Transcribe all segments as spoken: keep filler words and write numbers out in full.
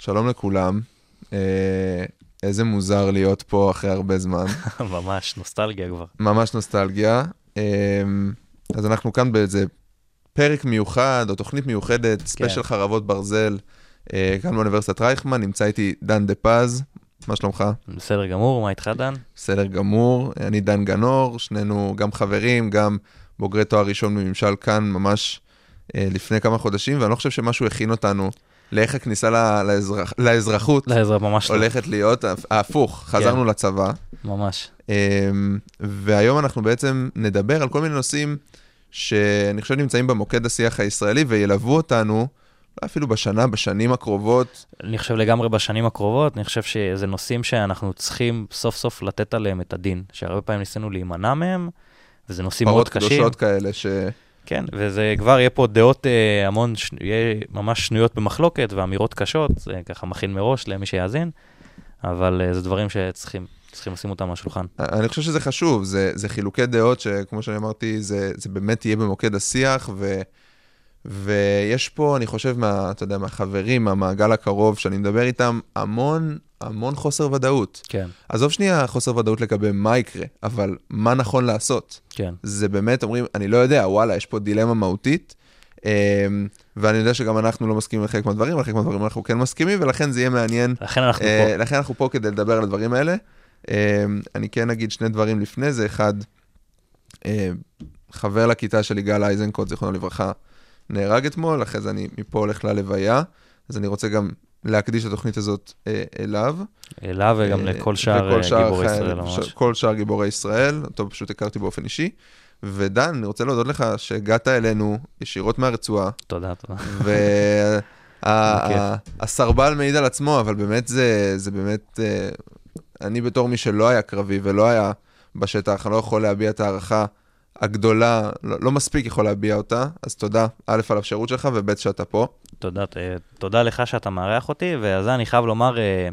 שלום לכולם. איזה מוזר להיות פה אחרי הרבה זמן. ממש, נוסטלגיה כבר. ממש נוסטלגיה. אז אנחנו כאן באיזה פרק מיוחד, או תוכנית מיוחדת, ספיישל חרבות ברזל, כאן באוניברסיטת רייכמן, נמצא איתי דן דה פז. מה שלומך? בסדר גמור, מה איתך דן? בסדר גמור, אני דן גנור, שנינו גם חברים, גם בוגרי תואר ראשון בממשל כאן, ממש לפני כמה חודשים, ואני לא חושב שמשהו הכין אותנו לאיך הכניסה לאזרח, לאזרחות, לאזרח ממש הולכת להיות, ההפוך, חזרנו כן. לצבא. ממש. והיום אנחנו בעצם נדבר על כל מיני נושאים שאני חושב נמצאים במוקד השיח הישראלי, וילוו אותנו, אפילו בשנה, בשנים הקרובות. אני חושב לגמרי בשנים הקרובות, אני חושב שזה נושאים שאנחנו צריכים סוף סוף לתת עליהם את הדין, שהרבה פעמים ניסינו להימנע מהם, וזה נושאים מאוד קשים. פרות קדושות כאלה ש... כן, וזה כבר יהיה פה דעות אה, המון, ש... יהיה ממש שנויות במחלוקת, ואמירות קשות, זה ככה מכין מראש למי שיאזין, אבל אה, זה דברים שצריכים צריכים לשים אותם על השולחן. אני חושב שזה חשוב, זה, זה חילוקי דעות שכמו שאני אמרתי, זה, זה באמת יהיה במוקד השיח, ו... ויש פה, אני חושב, מה, אתה יודע, מהחברים, מהמעגל הקרוב, שאני מדבר איתם, המון, המון חוסר ודאות. כן. עזוב שנייה חוסר ודאות לגבי מה יקרה, אבל מה נכון לעשות. כן. זה באמת, אומרים, אני לא יודע, וואלה, יש פה דילמה מהותית, ואני יודע שגם אנחנו לא מסכימים לחלק מהדברים, לחלק מהדברים אנחנו כן מסכימים, ולכן זה יהיה מעניין. לכן אנחנו פה. לכן אנחנו פה כדי לדבר על הדברים האלה. אני כן אגיד שני דברים לפני זה. אחד, חבר לכיתה שלי, גל אייזנקוט, זיכרונו לברכה, נהרג אתמול, אחרי זה אני מפה הולך ללוויה, אז אני רוצה גם להקדיש את התוכנית הזאת אה, אליו. אליו וגם אה, לכל שאר גיבורי ישראל, ממש. כל שאר גיבורי ישראל, אותו פשוט הכרתי באופן אישי. ודן, אני רוצה להודות לך שהגעת אלינו ישירות מהרצועה. תודה, תודה. והסרבל מעיד על עצמו, אבל באמת זה, זה באמת, אה, אני בתור מי שלא היה קרבי ולא היה בשטח, אני לא יכול להביע את הערכה הגדולה, לא, לא מספיק יכול להביע אותה, אז תודה, א' על האפשרות שלך, וב' שאתה פה. תודה, תודה לך שאתה מארח אותי, ואז אני חייב לומר,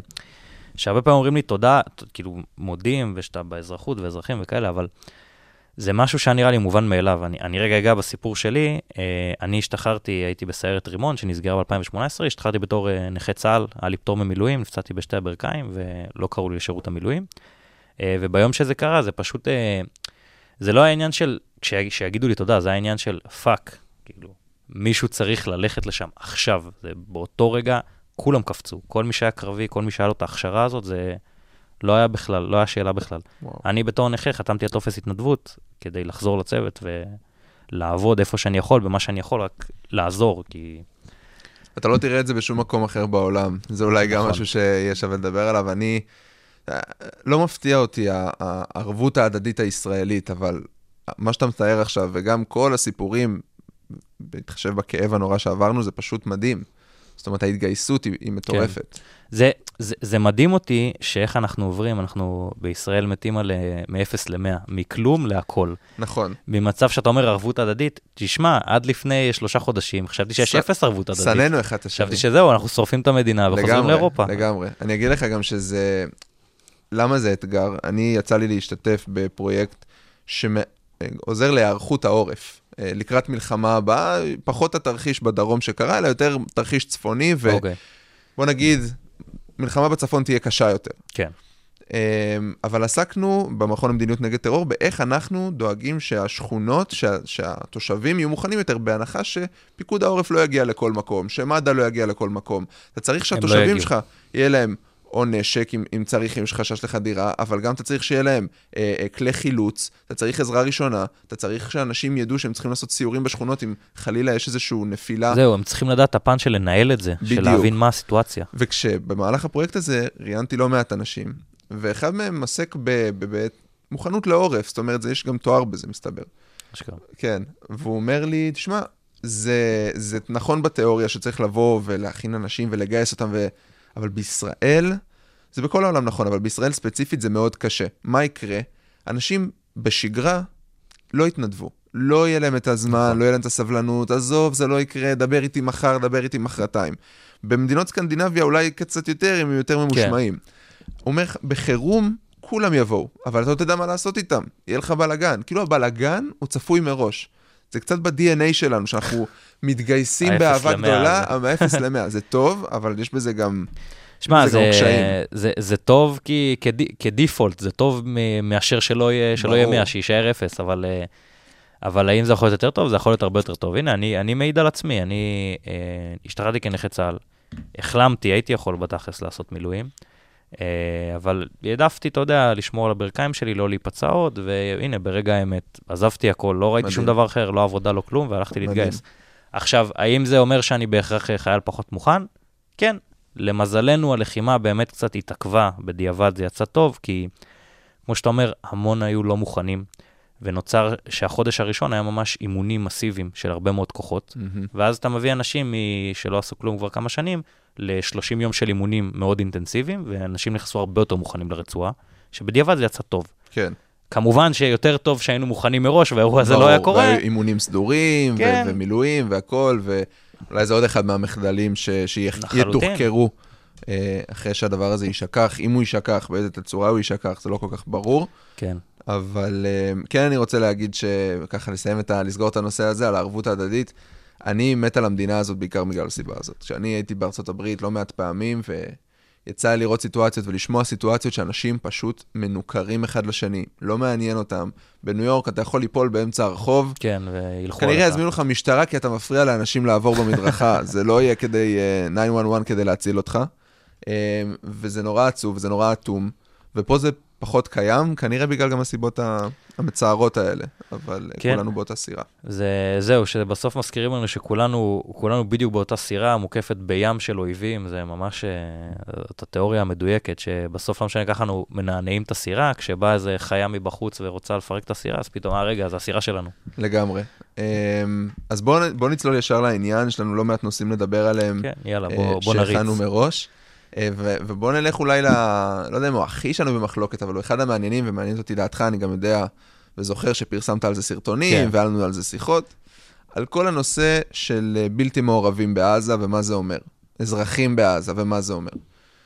שהרבה פעמים אומרים לי תודה, כאילו מודים, ושאתה באזרחות ואזרחים וכאלה, אבל זה משהו שנראה לי מובן מאליו. אני, אני רגע אגע בסיפור שלי, אני השתחררתי, הייתי בסיירת רימון, שנסגר ב-אלפיים שמונה עשרה, השתחררתי בתור נכה צה"ל, היה לי פתור ממילואים, נפצעתי בשתי הברכיים, ולא קראו לי לשירות המילואים. וביום שזה קרה, זה פשוט... זה לא העניין של, כשיגידו לי תודה, זה העניין של פאק, כאילו, מישהו צריך ללכת לשם עכשיו, זה באותו רגע, כולם קפצו, כל מי שהיה קרבי, כל מי שהיה לו את ההכשרה הזאת, זה לא היה בכלל, לא היה שאלה בכלל. וואו. אני בתור נכה חתמתי על טופס התנדבות, כדי לחזור לצוות ולעבוד איפה שאני יכול, במה שאני יכול, רק לעזור, כי... אתה לא תראה את זה בשום מקום אחר בעולם, זה אולי גם משהו שיש שווה לדבר עליו, אני... לא מפתיע אותי הערבות ההדדית הישראלית, אבל מה שאתה מתאר עכשיו, וגם כל הסיפורים, בהתחשב בכאב הנורא שעברנו, זה פשוט מדהים. זאת אומרת, ההתגייסות היא, היא מטורפת. כן. זה, זה, זה מדהים אותי שאיך אנחנו עוברים, אנחנו בישראל מתים על מ-אפס ל-מאה, מכלום להכל. נכון. במצב שאתה אומר ערבות הדדית, תשמע, עד לפני שלושה חודשים, חשבתי שיש אפס ערבות הדדית. סננו אחד את השני. חשבתי שזהו, אנחנו שורפים את המדינה וחוזרים לאירופה. לגמרי. אני אגיד לך גם שזה... למה זה אתגר? אני יצא לי להשתתף בפרויקט שעוזר להיערכות העורף. לקראת מלחמה הבאה, פחות התרחיש בדרום שקרה, אלא יותר תרחיש צפוני, ובוא נגיד, מלחמה בצפון תהיה קשה יותר. כן. אבל עסקנו במכון למדיניות נגד טרור, באיך אנחנו דואגים שהשכונות, שה, שהתושבים יהיו מוכנים יותר, בהנחה שפיקוד העורף לא יגיע לכל מקום, שמד"א לא יגיע לכל מקום. אתה צריך שהתושבים שלך יהיה להם או נשק, אם, אם צריך, אם יש חשש לך דירה, אבל גם אתה צריך שיהיה להם אה, אה, כלי חילוץ, אתה צריך עזרה ראשונה, אתה צריך שאנשים ידעו שהם צריכים לעשות סיורים בשכונות, אם חלילה יש איזשהו נפילה. זהו, הם צריכים לדעת את הפן של לנהל את זה, בדיוק. של להבין מה הסיטואציה. וכשבמהלך הפרויקט הזה ראיינתי לא מעט אנשים, ואחד מהם עסק במוכנות לעורף, זאת אומרת, זה יש גם תואר בזה, מסתבר. אשכרה. כן, והוא אומר לי, תשמע, זה, זה נכון בתיאוריה שצריך לבוא ולהכין אנשים ולגייס אותם ו... אבל בישראל, זה בכל העולם נכון, אבל בישראל ספציפית זה מאוד קשה. מה יקרה? אנשים בשגרה לא יתנדבו. לא יהיה להם את הזמן, נכון. לא יהיה להם את הסבלנות, עזוב, זה לא יקרה, דבר איתי מחר, דבר איתי מחרתיים. במדינות סקנדינביה אולי קצת יותר, הם יותר ממושמעים. כן. הוא אומר, בחירום כולם יבואו, אבל אתה לא תדע מה לעשות איתם. יהיה לך בלגן. כאילו הבלגן הוא צפוי מראש. זה קצת ב-די אן איי שלנו, שאנחנו מתגייסים באהבה גדולה, מ-אפס ל-מאה. זה טוב, אבל יש בזה גם... שמע, זה, זה, זה טוב כי כדיפולט, זה טוב מאשר שלא יהיה, שלא יהיה מאה, שישאר אפס, אבל, אבל האם זה יכול להיות יותר טוב? זה יכול להיות הרבה יותר טוב. הנה, אני, אני מעיד על עצמי, אני אה, השתחררתי כנכה צה"ל, החלמתי, הייתי יכול בתכלס לעשות מילואים, אה, אבל העדפתי, אתה יודע, לשמור על הברכיים שלי, לא להיפצע עוד, והנה, ברגע האמת, עזבתי הכל, לא ראיתי מדהים. שום דבר אחר, לא עבודה, לא כלום, והלכתי מדהים. להתגייס. עכשיו, האם זה אומר שאני בהכרח חייל פחות מוכן? כן. למזלנו, הלחימה באמת קצת התעכבה, בדיעבד זה יצא טוב, כי כמו שאתה אומר, המון היו לא מוכנים, ונוצר שהחודש הראשון היה ממש אימונים מסיביים של הרבה מאוד כוחות, mm-hmm. ואז אתה מביא אנשים שלא עשו כלום כבר כמה שנים, ל-שלושים יום של אימונים מאוד אינטנסיביים, ואנשים נכנסו הרבה יותר מוכנים לרצועה, שבדיעבד זה יצא טוב. כן. כמובן שיותר טוב שהיינו מוכנים מראש, והאירוע הזה לא היה קורה. אימונים סדורים, כן. ו- ומילואים, והכל, ו... אולי זה עוד אחד מהמחדלים שיתוחקרו אחרי שהדבר הזה יישכח, אם הוא יישכח, באיזה תצורה הוא יישכח, זה לא כל כך ברור. כן. אבל כן, אני רוצה להגיד שככה לסיים את ה... לסגור את הנושא הזה על הערבות ההדדית. אני מת על המדינה הזאת בעיקר בגלל הסיבה הזאת. כשאני הייתי בארצות הברית לא מעט פעמים, ויצא לי לראות סיטואציות ולשמוע סיטואציות שאנשים פשוט מנוכרים אחד לשני, לא מעניין אותם. בניו יורק אתה יכול ליפול באמצע הרחוב. כן, וילכו כנראה יזמינו לך משטרה, כי אתה מפריע לאנשים לעבור במדרכה. זה לא יהיה כדי תשע אחת אחת כדי להציל אותך. וזה נורא עצוב, וזה נורא אטום. ופה זה פחות קיים, כנראה בגלל גם הסיבות המצערות האלה, אבל כן. כולנו באותה סירה. זה, זהו, שבסוף מזכירים לנו שכולנו כולנו בדיוק באותה סירה, מוקפת בים של אויבים, זה ממש את התיאוריה המדויקת, שבסוף לא משנה ככה אנחנו מנענעים את הסירה, כשבאה איזה חיה מבחוץ ורוצה לפרק את הסירה, אז פתאום, אה רגע, זה הסירה שלנו. לגמרי. אז בואו בוא נצלול ישר לעניין, יש לנו לא מעט נושאים לדבר עליהם, כן, יאללה, בוא, בוא נריץ. שהכנו מראש. ובואו נלך אולי ל... לא יודע אם הוא הכי שלנו במחלוקת, אבל הוא אחד המעניינים, ומעניין אותי דעתך, אני גם יודע וזוכר שפרסמת על זה סרטונים, והיה לנו על זה שיחות, על כל הנושא של בלתי מעורבים בעזה, ומה זה אומר. אזרחים בעזה, ומה זה אומר.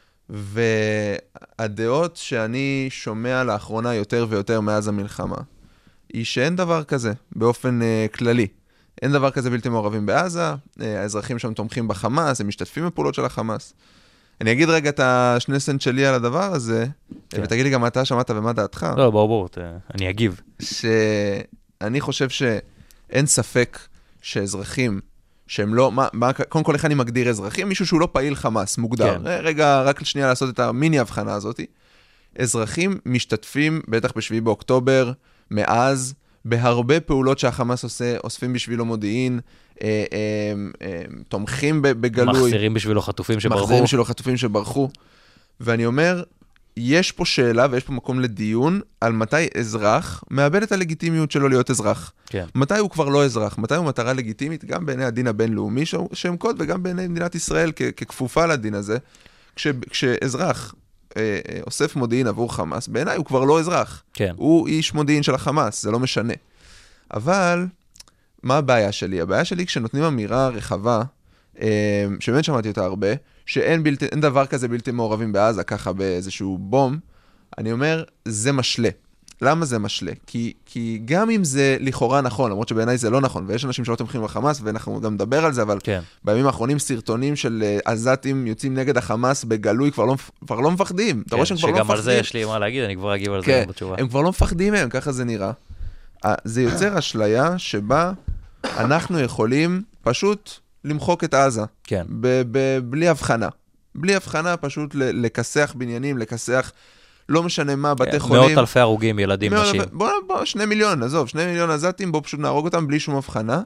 והדעות שאני שומע לאחרונה יותר ויותר מאז המלחמה, היא שאין דבר כזה, באופן uh, כללי. אין דבר כזה בלתי מעורבים בעזה, uh, האזרחים שם תומכים בחמאס, הם משתתפים בפעולות של החמאס. אני אגיד רגע את השני סנט שלי על הדבר הזה, כן. ותגיד לי גם מה אתה שמעת ומה דעתך. לא, בואו, בואו, אני אגיב. שאני חושב שאין ספק שאזרחים, שהם לא, מה, מה, קודם כל איך אני מגדיר אזרחים? מישהו שהוא לא פעיל חמאס, מוגדר. כן. רגע, רק לשנייה לעשות את המיני הבחנה הזאת. אזרחים משתתפים, בטח בשביעי באוקטובר, מאז, בהרבה פעולות שהחמאס עושה, אוספים בשבילו מודיעין, אה, אה, אה, תומכים בגלוי. מחזירים בשבילו חטופים שברחו. מחזירים בשבילו חטופים שברחו. ואני אומר, יש פה שאלה ויש פה מקום לדיון על מתי אזרח מאבד את הלגיטימיות שלו להיות אזרח. כן. מתי הוא כבר לא אזרח, מתי הוא מטרה לגיטימית, גם בעיני הדין הבינלאומי שם קוד, וגם בעיני מדינת ישראל כ- ככפופה לדין הזה. כש- כשאזרח אה, אה, אוסף מודיעין עבור חמאס, בעיניי הוא כבר לא אזרח. כן. הוא איש מודיעין של החמאס, זה לא משנה. אבל מה הבעיה שלי? הבעיה שלי כשנותנים אמירה רחבה, אה, שבאמת שמעתי אותה הרבה, שאין בלתי, אין דבר כזה בלתי מעורבים בעזה, ככה באיזשהו בום, אני אומר, זה משלה. למה זה משלה? כי, כי גם אם זה לכאורה נכון, למרות שבעיניי זה לא נכון, ויש אנשים שלא תומכים בחמאס, ואנחנו גם נדבר על זה, אבל כן. בימים האחרונים סרטונים של עזתים יוצאים נגד החמאס בגלוי, כבר לא, כבר לא מפחדים. כן, אתה רואה שהם כבר לא מפחדים. שגם על זה יש לי מה להגיד, אני כבר אגיב על כן, זה בתשובה. הם כבר לא מפחדים מהם, ככה זה נראה. זה יוצר אשליה שבה אנחנו יכולים פשוט למחוק את עזה. כן. ב- ב- בלי הבחנה. בלי הבחנה פשוט לכסח בניינים, לכסח לא משנה מה, בתי כן, חולים. מאות אלפי הרוגים, ילדים, מאות נשים. אלפי, בוא, בוא, שני מיליון, עזוב, שני מיליון עזתים, בוא פשוט נהרוג אותם בלי שום הבחנה.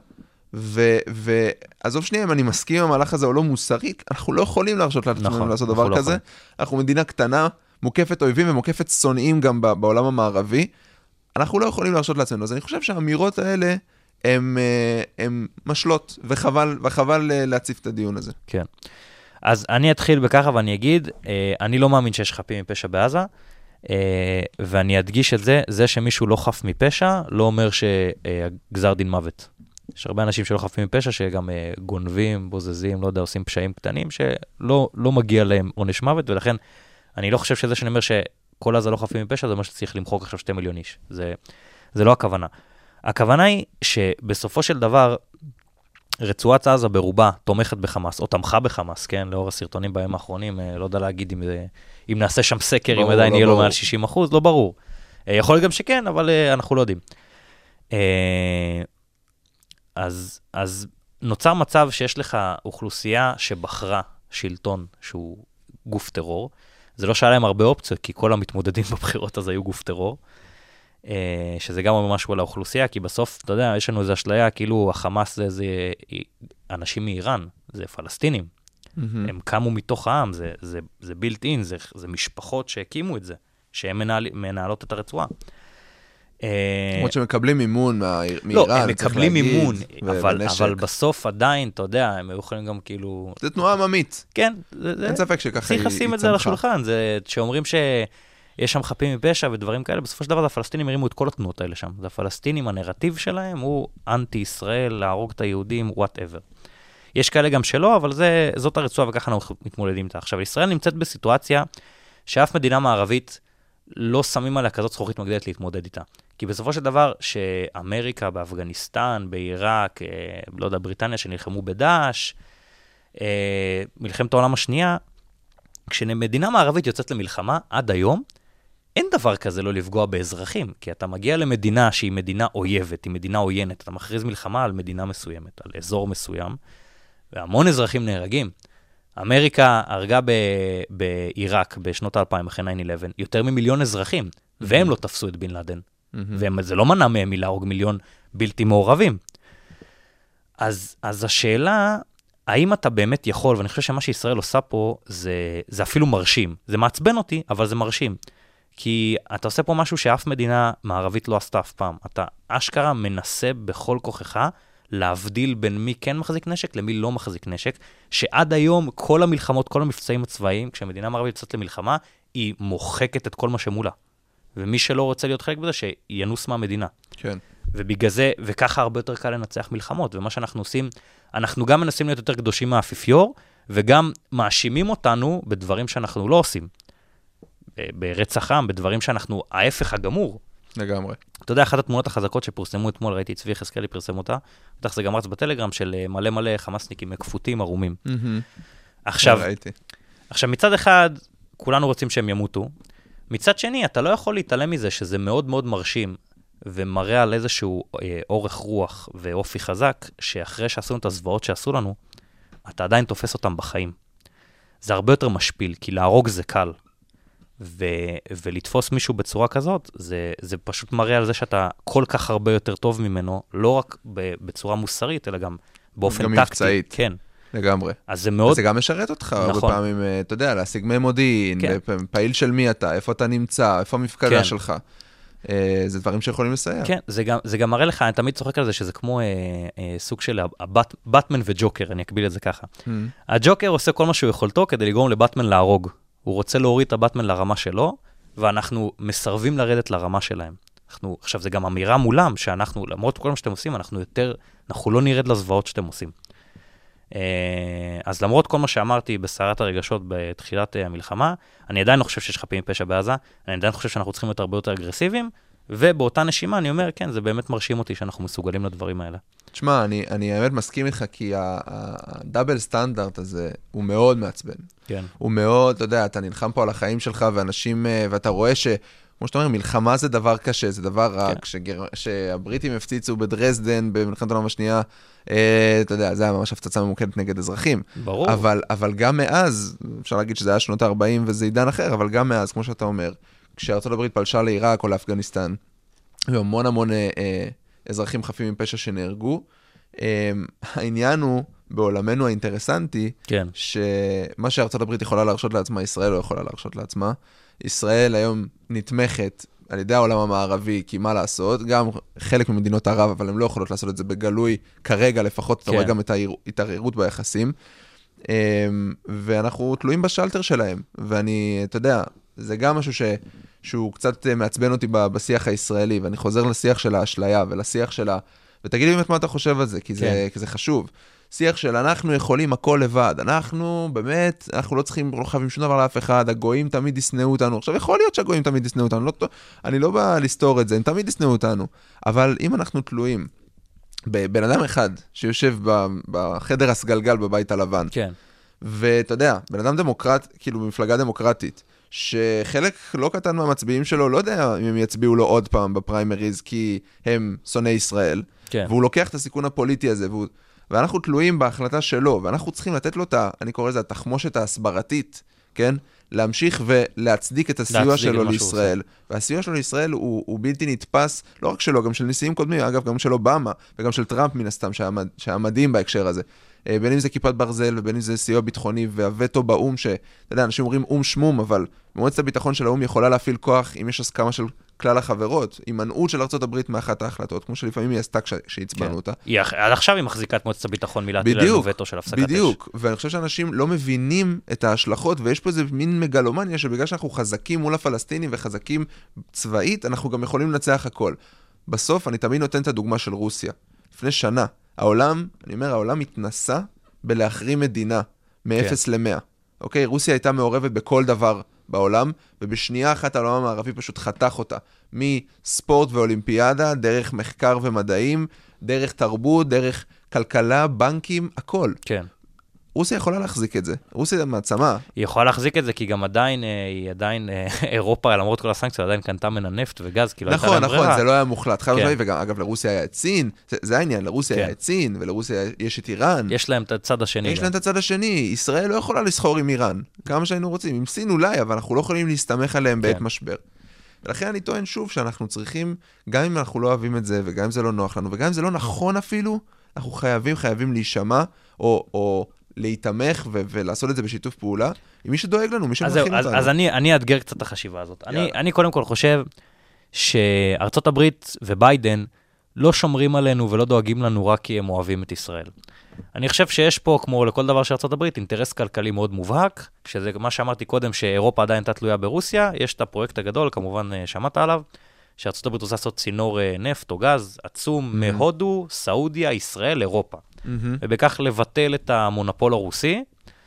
ועזוב שנייה, אם אני מסכים עם המהלך הזה או לא מוסרית, אנחנו לא יכולים להרשות לעצמנו נכון, לעשות דבר לא כזה. יכול. אנחנו מדינה קטנה, מוקפת אויבים ומוקפת שונאים גם בעולם המערבי. אנחנו לא יכולים להרשות לעצמנו. אז אני חושב שהאמירות האלה הם, הם משלות, וחבל, וחבל להציף את הדיון הזה. כן. אז אני אתחיל בככה ואני אגיד, אני לא מאמין שיש חפים מפשע בעזה, ואני אדגיש את זה, זה שמישהו לא חף מפשע, לא אומר שגזר דין מוות. יש הרבה אנשים שלא חפים מפשע, שגם גונבים, בוזזים, לא יודע, עושים פשעים קטנים, שלא לא מגיע להם עונש מוות, ולכן אני לא חושב שזה שאני אומר שכל עזה לא חפים מפשע, זה אומר שצריך למחוק עכשיו שתי מיליון איש. זה, זה לא הכוונה. הכוונה היא שבסופו של דבר, רצועת עזה ברובה תומכת בחמאס, או תמכה בחמאס, כן, לאור הסרטונים בהם האחרונים, לא יודע להגיד אם, אם נעשה שם סקר, ברור, אם עדיין לא יהיה ברור. לו מעל שישים אחוז, לא ברור. יכול להיות גם שכן, אבל אנחנו לא יודעים. אז, אז נוצר מצב שיש לך אוכלוסייה שבחרה שלטון שהוא גוף טרור, זה לא שהיה להם הרבה אופציות, כי כל המתמודדים בבחירות אז היו גוף טרור, שזה גם אומר משהו על האוכלוסייה, כי בסוף, אתה יודע, יש לנו איזו אשליה, כאילו החמאס זה, זה אנשים מאיראן, זה פלסטינים. Mm-hmm. הם קמו מתוך העם, זה, זה, זה built in, זה, זה משפחות שהקימו את זה, שהן מנהל, מנהלות את הרצועה. למרות שמקבלים מימון מאיראן, לא, הם מקבלים מימון, אבל, אבל בסוף עדיין, אתה יודע, הם יכולים גם כאילו... זה תנועה עממית. כן. אין ספק שככה היא צמחה. צריך לשים את זה על השולחן, זה שאומרים ש... יש שם חפים מפשע ודברים כאלה, בסופו של דבר הפלסטינים הרימו את כל התנועות האלה שם. זה הפלסטינים, הנרטיב שלהם הוא אנטי-ישראל, להרוג את היהודים, whatever. יש כאלה גם שלא, אבל זה, זאת הרצועה וככה אנחנו מתמודדים איתה. עכשיו, ישראל נמצאת בסיטואציה שאף מדינה מערבית לא שמים עליה כזאת זכוכית מגדלת להתמודד איתה. כי בסופו של דבר, שאמריקה באפגניסטן, בעיראק, לא יודע, בריטניה שנלחמו בדאעש, מלחמת העולם השנייה, כשמדינה מערבית יוצאת למלחמה עד היום, אין דבר כזה לא לפגוע באזרחים, כי אתה מגיע למדינה שהיא מדינה אויבת, היא מדינה עוינת, אתה מכריז מלחמה על מדינה מסוימת, על אזור מסוים, והמון אזרחים נהרגים. אמריקה הרגה ב- בעיראק בשנות האלפיים, אחרי תשע אחת עשרה, יותר ממיליון אזרחים, mm-hmm. והם לא תפסו את בן לאדן. Mm-hmm. וזה לא מנע מהם מלהרוג מיליון בלתי מעורבים. אז, אז השאלה, האם אתה באמת יכול, ואני חושב שמה שישראל עושה פה, זה, זה אפילו מרשים. זה מעצבן אותי, אבל זה מרשים. כי אתה עושה פה משהו שאף מדינה מערבית לא עשתה אף פעם. אתה אשכרה מנסה בכל כוחך להבדיל בין מי כן מחזיק נשק למי לא מחזיק נשק, שעד היום כל המלחמות, כל המבצעים הצבאיים, כשמדינה מערבית יוצאת למלחמה, היא מוחקת את כל מה שמולה. ומי שלא רוצה להיות חלק בזה, שינוס מהמדינה. כן. ובגלל זה, וככה הרבה יותר קל לנצח מלחמות. ומה שאנחנו עושים, אנחנו גם מנסים להיות יותר קדושים מהאפיפיור, וגם מאשימים אותנו בדברים שאנחנו לא עושים. ברצח עם, בדברים שאנחנו, ההפך הגמור. לגמרי. אתה יודע, אחת התמונות החזקות שפורסמו אתמול, ראיתי צבי חזקאלי פרסם אותה, בטח זה גם רץ בטלגרם של מלא מלא חמאסניקים מכפותים ערומים. עכשיו, עכשיו מצד אחד, כולנו רוצים שהם ימותו, מצד שני, אתה לא יכול להתעלם מזה שזה מאוד מאוד מרשים, ומראה על איזשהו אה, אורך רוח ואופי חזק, שאחרי שעשינו את הזוועות שעשו לנו, אתה עדיין תופס אותם בחיים. זה הרבה יותר משפיל, כי להרוג זה קל. ו- ולתפוס מישהו בצורה כזאת, זה, זה פשוט מראה על זה שאתה כל כך הרבה יותר טוב ממנו, לא רק ב- בצורה מוסרית, אלא גם באופן טקטי. גם מבצעית. כן. לגמרי. אז זה מאוד... וזה גם משרת אותך, נכון. הרבה פעמים, אתה יודע, להשיג מי מודיעין, כן. פעיל של מי אתה, איפה אתה נמצא, איפה המפקדה כן. שלך. זה דברים שיכולים לסייע. כן, זה גם, זה גם מראה לך, אני תמיד צוחק על זה, שזה כמו אה, אה, סוג של הבת, בטמן וג'וקר, אני אקביל את זה ככה. Mm. הג'וקר עושה כל מה שהוא יכולתו כדי לגרום לבטמן להרוג. הוא רוצה להוריד את הבטמן לרמה שלו, ואנחנו מסרבים לרדת לרמה שלהם. אנחנו, עכשיו, זה גם אמירה מולם, שאנחנו, למרות כל מה שאתם עושים, אנחנו יותר, אנחנו לא נרד לזוועות שאתם עושים. אז למרות כל מה שאמרתי בסערת הרגשות בתחילת המלחמה, אני עדיין לא חושב שיש חפים מפשע בעזה, אני עדיין חושב שאנחנו צריכים להיות הרבה יותר אגרסיביים, ובאותה נשימה אני אומר, כן, זה באמת מרשים אותי שאנחנו מסוגלים לדברים האלה. תשמע, אני, אני באמת מסכים איתך, כי הדאבל סטנדרט הזה הוא מאוד מעצבן. כן. הוא מאוד, אתה יודע, אתה נלחם פה על החיים שלך, ואנשים, ואתה רואה ש... כמו שאתה אומר, מלחמה זה דבר קשה, זה דבר רע. כשגר... כשהבריטים הפציצו בדרזדן במלחמת העולם השנייה, אה, אתה יודע, זה היה ממש הפצצה ממוקדת נגד אזרחים. ברור. אבל, אבל גם מאז, אפשר להגיד שזה היה שנות ה-ארבעים וזה עידן אחר, אבל גם מאז, כמו שאתה אומר, כשארצות הברית פלשה לעיראק או לאפגניסטן, והמון המון אה, אה, אזרחים חפים מפשע שנהרגו, אה, העניין הוא, בעולמנו האינטרסנטי, כן. שמה שארצות הברית יכולה להרשות לעצמה, ישראל לא יכולה להרשות לעצמה. ישראל היום נתמכת על ידי העולם המערבי, כי מה לעשות? גם חלק ממדינות ערב, אבל הן לא יכולות לעשות את זה בגלוי, כרגע לפחות, אתה רואה גם את ההתערערות ביחסים. ואנחנו תלויים בשלטר שלהם. ואני, אתה יודע, זה גם משהו ש... שהוא קצת מעצבן אותי בשיח הישראלי, ואני חוזר לשיח של האשליה ולשיח של ה... ותגיד לי באמת מה אתה חושב על זה, כי זה, כי זה חשוב. שיח של אנחנו יכולים הכל לבד, אנחנו באמת, אנחנו לא צריכים, לא חייבים שום דבר לאף אחד, הגויים תמיד יסנאו אותנו, עכשיו יכול להיות שהגויים תמיד יסנאו אותנו, לא, אני לא בא לסתור את זה, הם תמיד יסנאו אותנו, אבל אם אנחנו תלויים בבן אדם אחד שיושב בחדר הסגלגל בבית הלבן, כן. ואתה יודע, בן אדם דמוקרט, כאילו במפלגה דמוקרטית, שחלק לא קטן מהמצביעים שלו, לא יודע אם הם יצביעו לו עוד פעם בפריימריז, כי הם שונאי ישראל, כן. והוא לוקח את הסיכון הפוליטי הזה, והוא, ואנחנו תלויים בהחלטה שלו, ואנחנו צריכים לתת לו את, אני קורא לזה, התחמושת ההסברתית, כן? להמשיך ולהצדיק את הסיוע להצדיק שלו לישראל, והסיוע שלו לישראל הוא, הוא בלתי נתפס, לא רק שלו, גם של נשיאים קודמים, אגב, גם של אובמה, וגם של טראמפ מן הסתם, שהיה מדהים בהקשר הזה. בין אם זה כיפת ברזל, ובין אם זה סיוע ביטחוני, והווטו באום, שאתה יודע, אנשים אומרים אום שמום, אבל מועצת הביטחון של האום יכולה להפעיל כוח, אם יש הסכמה של כלל החברות, עם מנעות של ארצות הברית מאחת ההחלטות, כמו שלפעמים היא עשתה כשהצבנו אותה. עד עכשיו היא מחזיקה את מועצת הביטחון מלהטיל לנו וטו של הפסקת אש. בדיוק, ואני חושב שאנשים לא מבינים את ההשלכות, ויש פה איזה מין מגלומניה, שבגלל שאנחנו חזקים מול הפלסטינים וחזקים צבאית, אנחנו גם יכולים לנצח הכל. בסוף אני תמיד נותן את הדוגמה של רוסיה. לפני שנה, העולם, אני אומר, העולם התנסה בלהחרים מדינה מ-אפס ל-מאה. אוקיי? רוסיה הייתה מעורבת בכל דבר בעולם, ובשנייה אחת העולם המערבי פשוט חתך אותה. מספורט ואולימפיאדה, דרך מחקר ומדעים, דרך תרבות, דרך כלכלה, בנקים, הכל. כן. רוסיה יכולה להחזיק את זה. רוסיה מעצמה. היא יכולה להחזיק את זה, כי גם עדיין, היא עדיין, אירופה, למרות כל הסנקציות, עדיין קנתה מן הנפט וגז, כי לא הייתה להם ברירה. נכון, נכון, זה לא היה מוחלט. חייב משמעי, וגם, אגב, לרוסיה היה את סין, זה העניין, לרוסיה היה את סין, ולרוסיה יש את איראן. יש להם את הצד השני. יש להם את הצד השני. ישראל לא יכולה לסחור עם איראן, כמה שהיינו רוצים. עם סין אולי, אבל אנחנו לא יכולים להסתמך עליהם בעת משבר. ולכן אני טוען שוב שאנחנו צריכים, גם אם אנחנו לא אוהבים את זה, וגם אם זה לא נוח לנו, וגם אם זה לא נכון אפילו, אנחנו חייבים, חייבים להישמע, או, או להתמך ו- ולעשות את זה בשיתוף פעולה, עם מי שדואג לנו, מי שמכין אותנו. אז אני, אני אאתגר קצת את החשיבה הזאת. אני, אני קודם כל חושב שארצות הברית וביידן לא שומרים עלינו ולא דואגים לנו רק כי הם אוהבים את ישראל. אני חושב שיש פה, כמו לכל דבר של ארצות הברית, אינטרס כלכלי מאוד מובהק, שזה מה שאמרתי קודם, שאירופה עדיין הייתה תלויה ברוסיה, יש את הפרויקט הגדול, כמובן שמעת עליו, שארצות הברית רוצה לעשות צינור נפט או גז עצום מהודו, סעודיה, ישראל, אירופה. ובכך לבטל את המונופול הרוסי,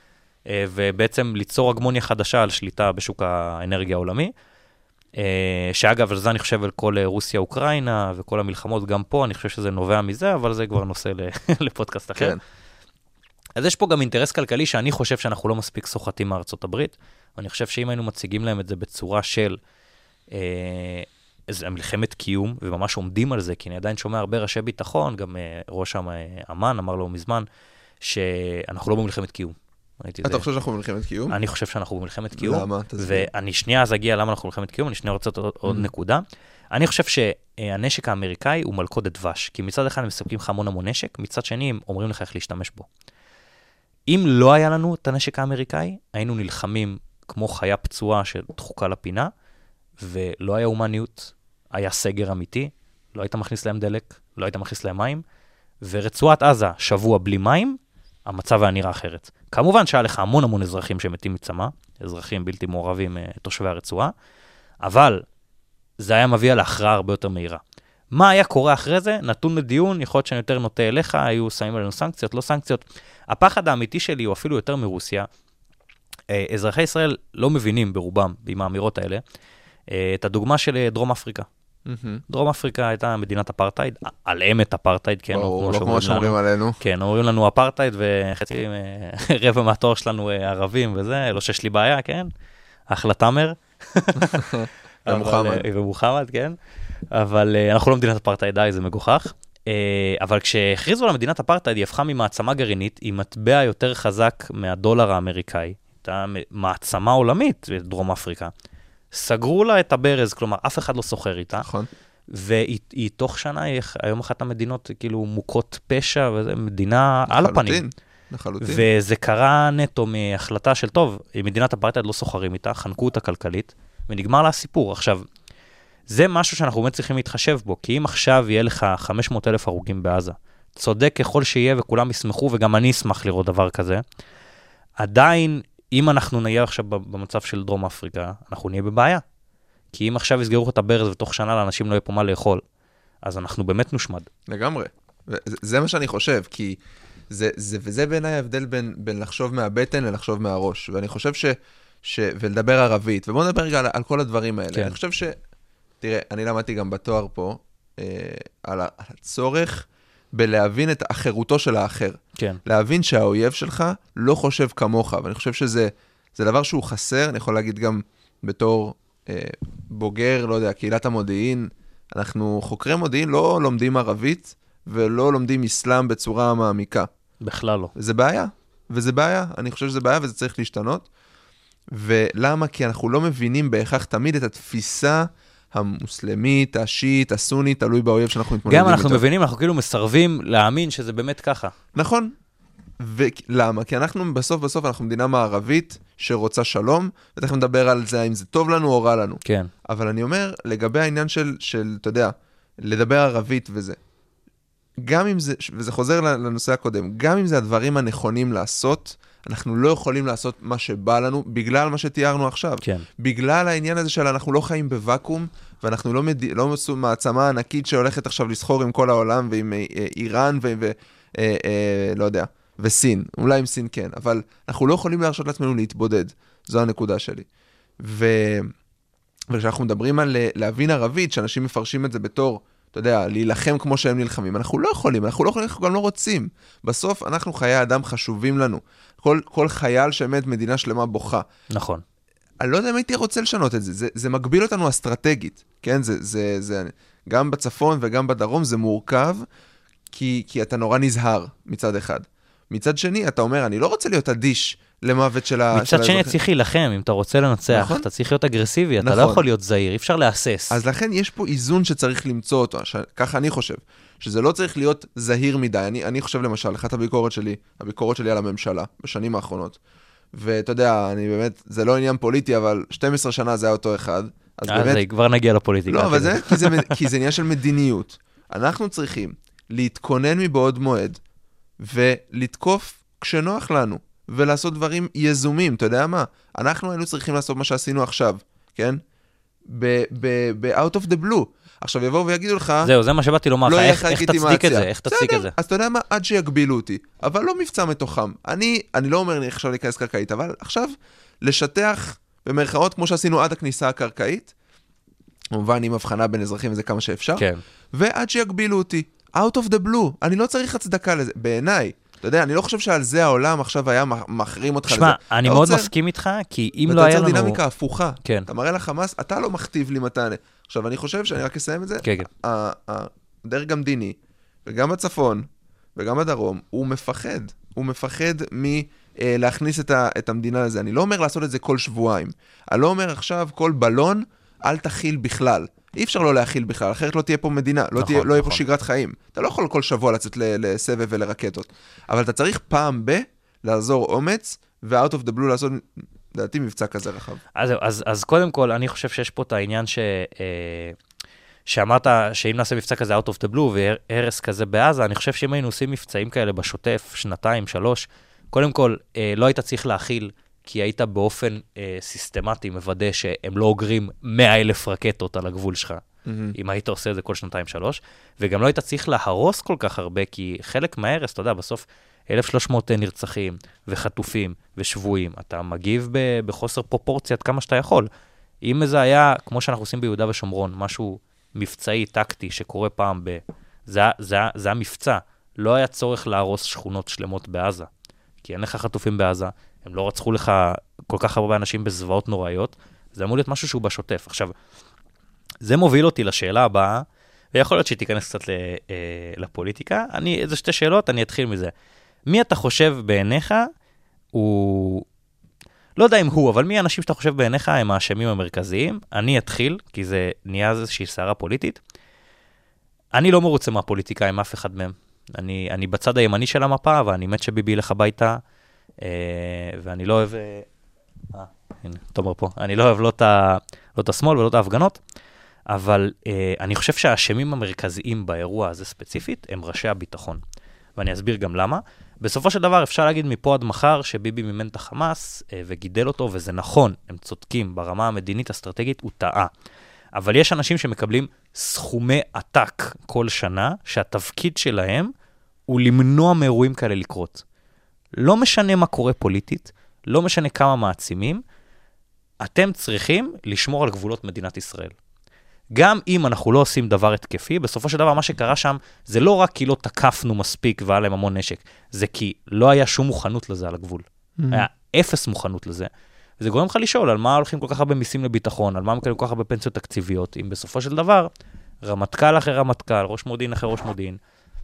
ובעצם ליצור הגמוניה חדשה על שליטה בשוק האנרגיה העולמי, שאגב, על זה אני חושב על כל רוסיה, אוקראינה, וכל המלחמות גם פה, אני חושב שזה נובע מזה, אבל זה כבר נושא לפודקאסט אחר. אז יש פה גם אינטרס כלכלי שאני חושב שאנחנו לא מספיק סוחטים מארצות הברית, ואני חושב שאם היינו מציגים להם את זה בצורה של איזו מלחמת קיום, וממש עומדים על זה, כי אני עדיין שומע הרבה ראשי ביטחון, גם ראש אמן אמר לו מזמן, שאנחנו לא במלחמת קיום. אתה חושב שאנחנו במלחמת קיום? אני חושב שאנחנו במלחמת קיום. למה? תסביר. ואני שנייה אז אגיע למה אנחנו במלחמת קיום, אני שנייה רוצה עוד נקודה. אני חושב שהנשק האמריקאי הוא מלכודת דבש, כי מצד אחד הם מספקים לך המון המון נשק, מצד שני הם אומרים לך איך להשתמש בו. אם לא היה לנו את הנשק האמריקאי, היינו נלחמים כמו חיה פצועה שדחוקה לפינה, ולא היה הומניות, היה סגר אמיתי, לא היית מכניס להם דלק, לא היית מכניס להם מים, ורצועת עזה שבוע בלי מים, המצב היה נראה אחרת. כמובן שהיה לך המון המון אזרחים שמתים מצמא, אזרחים בלתי מעורבים, תושבי הרצועה, אבל זה היה מביא להכרעה הרבה יותר מהירה. מה היה קורה אחרי זה? נתון לדיון, יכול להיות שאני יותר נוטה אליך, היו שמים עלינו סנקציות, לא סנקציות. הפחד האמיתי שלי הוא אפילו יותר מרוסיה. אזרחי ישראל לא מבינים ברובם, עם האמירות האלה, את הדוגמה של דרום אפריקה. דרום אפריקה הייתה מדינת אפרטייד, על אמת אפרטייד, כן, לא כמו שאומרים עלינו. כן, אומרים לנו אפרטייד, וחצי רבע מהתואר שלנו ערבים וזה, לא שיש לי בעיה, כן? אחלה תאמר. ומוחמד. ומוחמד, כן. אבל אנחנו לא מדינת אפרטייד, די, זה מגוחך. אבל כשהכריזו על מדינת אפרטייד, היא הפכה ממעצמה גרעינית, עם מטבע יותר חזק מהדולר האמריקאי. הייתה מעצמה עולמית בדרום אפריקה. סגרו לה את הברז, כלומר, אף אחד לא סוחר איתה. נכון. והיא תוך שנה, היא היום אחת המדינות, כאילו, מוכות פשע, וזה מדינה על הפנים. לחלוטין, לחלוטין. וזה קרה נטו מהחלטה של, טוב, מדינת אפרטייד לא סוחרים איתה, חנקו אותה כלכלית, ונגמר לה הסיפור. עכשיו, זה משהו שאנחנו באמת צריכים להתחשב בו, כי אם עכשיו יהיה לך חמש מאות אלף הרוגים בעזה, צודק ככל שיהיה וכולם ישמחו, וגם אני אשמח לראות דבר כזה, עדיין, אם אנחנו נהיה עכשיו במצב של דרום אפריקה, אנחנו נהיה בבעיה. כי אם עכשיו יסגרו את הברז ותוך שנה לאנשים לא יהיה פה מה לאכול, אז אנחנו באמת נושמד. לגמרי. זה מה שאני חושב, כי זה, זה, וזה בעיניי ההבדל בין, בין לחשוב מהבטן ללחשוב מהראש. ואני חושב ש... ש... ולדבר ערבית, ובואו נדבר רגע על, על כל הדברים האלה. כן. אני חושב ש... תראה, אני למדתי גם בתואר פה, אה, על הצורך בלהבין את החירותו של האחר. כן. להבין שהאויב שלך לא חושב כמוך, ואני חושב שזה זה דבר שהוא חסר, אני יכול להגיד גם בתור אה, בוגר, לא יודע, קהילת המודיעין, אנחנו חוקרי מודיעין לא לומדים ערבית, ולא לומדים אסלאם בצורה מעמיקה. בכלל לא. זה בעיה, וזה בעיה, אני חושב שזה בעיה וזה צריך להשתנות. ולמה? כי אנחנו לא מבינים בהכרח תמיד את התפיסה המוסלמית, השיעית, הסונית, תלוי באויב שאנחנו מתמודדים איתו. גם אנחנו מבינים, אנחנו כאילו מסרבים להאמין שזה באמת ככה. נכון. ולמה? כי אנחנו בסוף בסוף אנחנו מדינה מערבית שרוצה שלום, ותכף נדבר על זה, האם זה טוב לנו או רע לנו. כן. אבל אני אומר, לגבי העניין של, של, אתה יודע, לדבר ערבית וזה, גם אם זה, וזה חוזר לנושא הקודם, גם אם זה הדברים הנכונים לעשות, אנחנו לא יכולים לעשות מה שבא לנו, בגלל מה שתיארנו עכשיו. כן. בגלל העניין הזה של אנחנו לא חיים בוואקום, ואנחנו לא, מד... לא עשו מעצמה ענקית שהולכת עכשיו לסחור עם כל העולם, ועם איראן, ו... ו... אה, אה, לא יודע, וסין. אולי עם סין כן, אבל אנחנו לא יכולים להרשות לעצמנו להתבודד. זו הנקודה שלי. ו... וכשאנחנו מדברים על להבין ערבית, שאנשים מפרשים את זה בתור, אתה יודע, להילחם כמו שהם נלחמים. אנחנו לא יכולים, אנחנו לא יכולים, אנחנו גם לא רוצים. בסוף אנחנו חיי אדם חשובים לנו. כל, כל חייל שמת מדינה שלמה בוכה. נכון. אני לא יודע אם הייתי רוצה לשנות את זה. זה, זה מגביל אותנו אסטרטגית. כן, זה, זה, זה, גם בצפון וגם בדרום זה מורכב, כי, כי אתה נורא נזהר מצד אחד. מצד שני, אתה אומר, אני לא רוצה להיות אדיש למוות של ה... מצד שני, צריך להילחם, אם אתה רוצה לנצח, נכון? אתה צריך להיות אגרסיבי, אתה נכון. לא יכול להיות זהיר, אי אפשר להסס. אז לכן יש פה איזון שצריך למצוא אותו, ש... ככה אני חושב, שזה לא צריך להיות זהיר מדי. אני, אני חושב למשל, אחת הביקורת שלי, הביקורת שלי על הממשלה, בשנים האחרונות, ואתה יודע, אני באמת, זה לא עניין פוליטי, אבל שתים עשרה שנה זה היה אותו אחד, אז אז באמת... כבר נגיע לפוליטיקה. לא, אבל זה, כי זה, כי זה עניין של מדיניות. אנחנו צריכים להתכונן מבעוד מועד, ולתקוף כשנוח לנו. ולעשות דברים יזומים, אתה יודע מה? אנחנו היינו צריכים לעשות מה שעשינו עכשיו, כן? ב-out of the blue. עכשיו יבואו ויגידו לך... זהו, זה מה שבאתי לומר לך, איך תצדיק את זה? איך תצדיק את זה? אז אתה יודע מה? עד שיגבילו אותי. אבל לא מבצע מתוכם. אני לא אומר לי עכשיו להיכנס קרקעית, אבל עכשיו לשטח במרכאות, כמו שעשינו עד הכניסה הקרקעית, כמובן עם הבחנה בין אזרחים וזה כמה שאפשר, ועד שיגבילו אותי. out of the blue. אני לא צריך הצדקה לזה. בעיניי, אתה יודע, אני לא חושב שעל זה העולם עכשיו היה מחרים אותך לזה. שמע, אני מאוד מסכים איתך, כי אם לא היה לנו... ואתה יוצר דינמיקה הפוכה. כן. אתה מראה לחמאס, אתה לא מכתיב לי מתנה. עכשיו, אני חושב שאני רק אסיים את זה. כן, כן. הדרג המדיני, וגם בצפון, וגם בדרום, הוא מפחד. הוא מפחד מלהכניס את המדינה לזה. אני לא אומר לעשות את זה כל שבועיים. אני לא אומר עכשיו, כל בלון, אל תכיל בכלל. אי אפשר לא להכיל בכלל, אחרת לא תהיה פה מדינה, לא, נכון, תהיה, לא נכון. יהיה פה שגרת חיים. אתה לא יכול כל שבוע לצאת לסבב ולרקטות. אבל אתה צריך פעם ב- לעזור אומץ, ו-out of the blue לעשות, לדעתי, מבצע כזה רחב. אז, אז, אז קודם כל, אני חושב שיש פה את העניין ש, אה, שאמרת שאם נעשה מבצע כזה out of the blue, והרס כזה בעזה, אני חושב שאם היינו עושים מבצעים כאלה בשוטף, שנתיים, שלוש, קודם כל, אה, לא היית צריך להכיל, כי היית באופן אה, סיסטמטי מוודא שהם לא אוגרים מאה אלף רקטות על הגבול שלך, mm-hmm. אם היית עושה את זה כל שנתיים שלוש, וגם לא היית צריך להרוס כל כך הרבה, כי חלק מההרס, אתה יודע, בסוף אלף ושלוש מאות נרצחים וחטופים ושבויים, אתה מגיב ב- בחוסר פרופורציית כמה שאתה יכול. אם זה היה, כמו שאנחנו עושים ביהודה ושומרון, משהו מבצעי, טקטי, שקורה פעם ב... זה, זה, זה המבצע, לא היה צורך להרוס שכונות שלמות בעזה, כי אין לך חטופים בעזה, הם לא רצחו לך כל כך הרבה אנשים בזוועות נוראיות, זה אמור להיות משהו שהוא בשוטף. עכשיו, זה מוביל אותי לשאלה הבאה, ויכול להיות שהיא תיכנס קצת לפוליטיקה. אני, איזה שתי שאלות, אני אתחיל מזה. מי אתה חושב בעיניך, הוא, לא יודע אם הוא, אבל מי האנשים שאתה חושב בעיניך הם האשמים המרכזיים? אני אתחיל, כי זה נהיה איזושהי סערה פוליטית. אני לא מרוצה מהפוליטיקה עם אף אחד מהם. אני, אני בצד הימני של המפה, ואני מת שביבי ילך הביתה, ואני לא אוהב, אה, הנה, תומר פה, אני לא אוהב לא את השמאל ולא את ההפגנות, אבל אני חושב שהאשמים המרכזיים באירוע הזה ספציפית הם ראשי הביטחון, ואני אסביר גם למה. בסופו של דבר אפשר להגיד מפה עד מחר שביבי מימן את החמאס וגידל אותו, וזה נכון, הם צודקים, ברמה המדינית אסטרטגית הוא טעה. אבל יש אנשים שמקבלים סכומי עתק כל שנה, שהתפקיד שלהם הוא למנוע מאירועים כאלה לקרות. לא משנה מה קורה פוליטית, לא משנה כמה מעצימים, אתם צריכים לשמור על גבולות מדינת ישראל. גם אם אנחנו לא עושים דבר התקפי, בסופו של דבר מה שקרה שם, זה לא רק כי לא תקפנו מספיק והיה להם המון נשק, זה כי לא היה שום מוכנות לזה על הגבול. Mm-hmm. היה אפס מוכנות לזה. וזה גורם לך לשאול על מה הולכים כל כך הרבה מיסים לביטחון, על מה מקבלים כל כך הרבה פנסיות תקציביות, אם בסופו של דבר, רמטכ"ל אחרי רמטכ"ל, ראש מודיעין אחרי ראש מודיעין,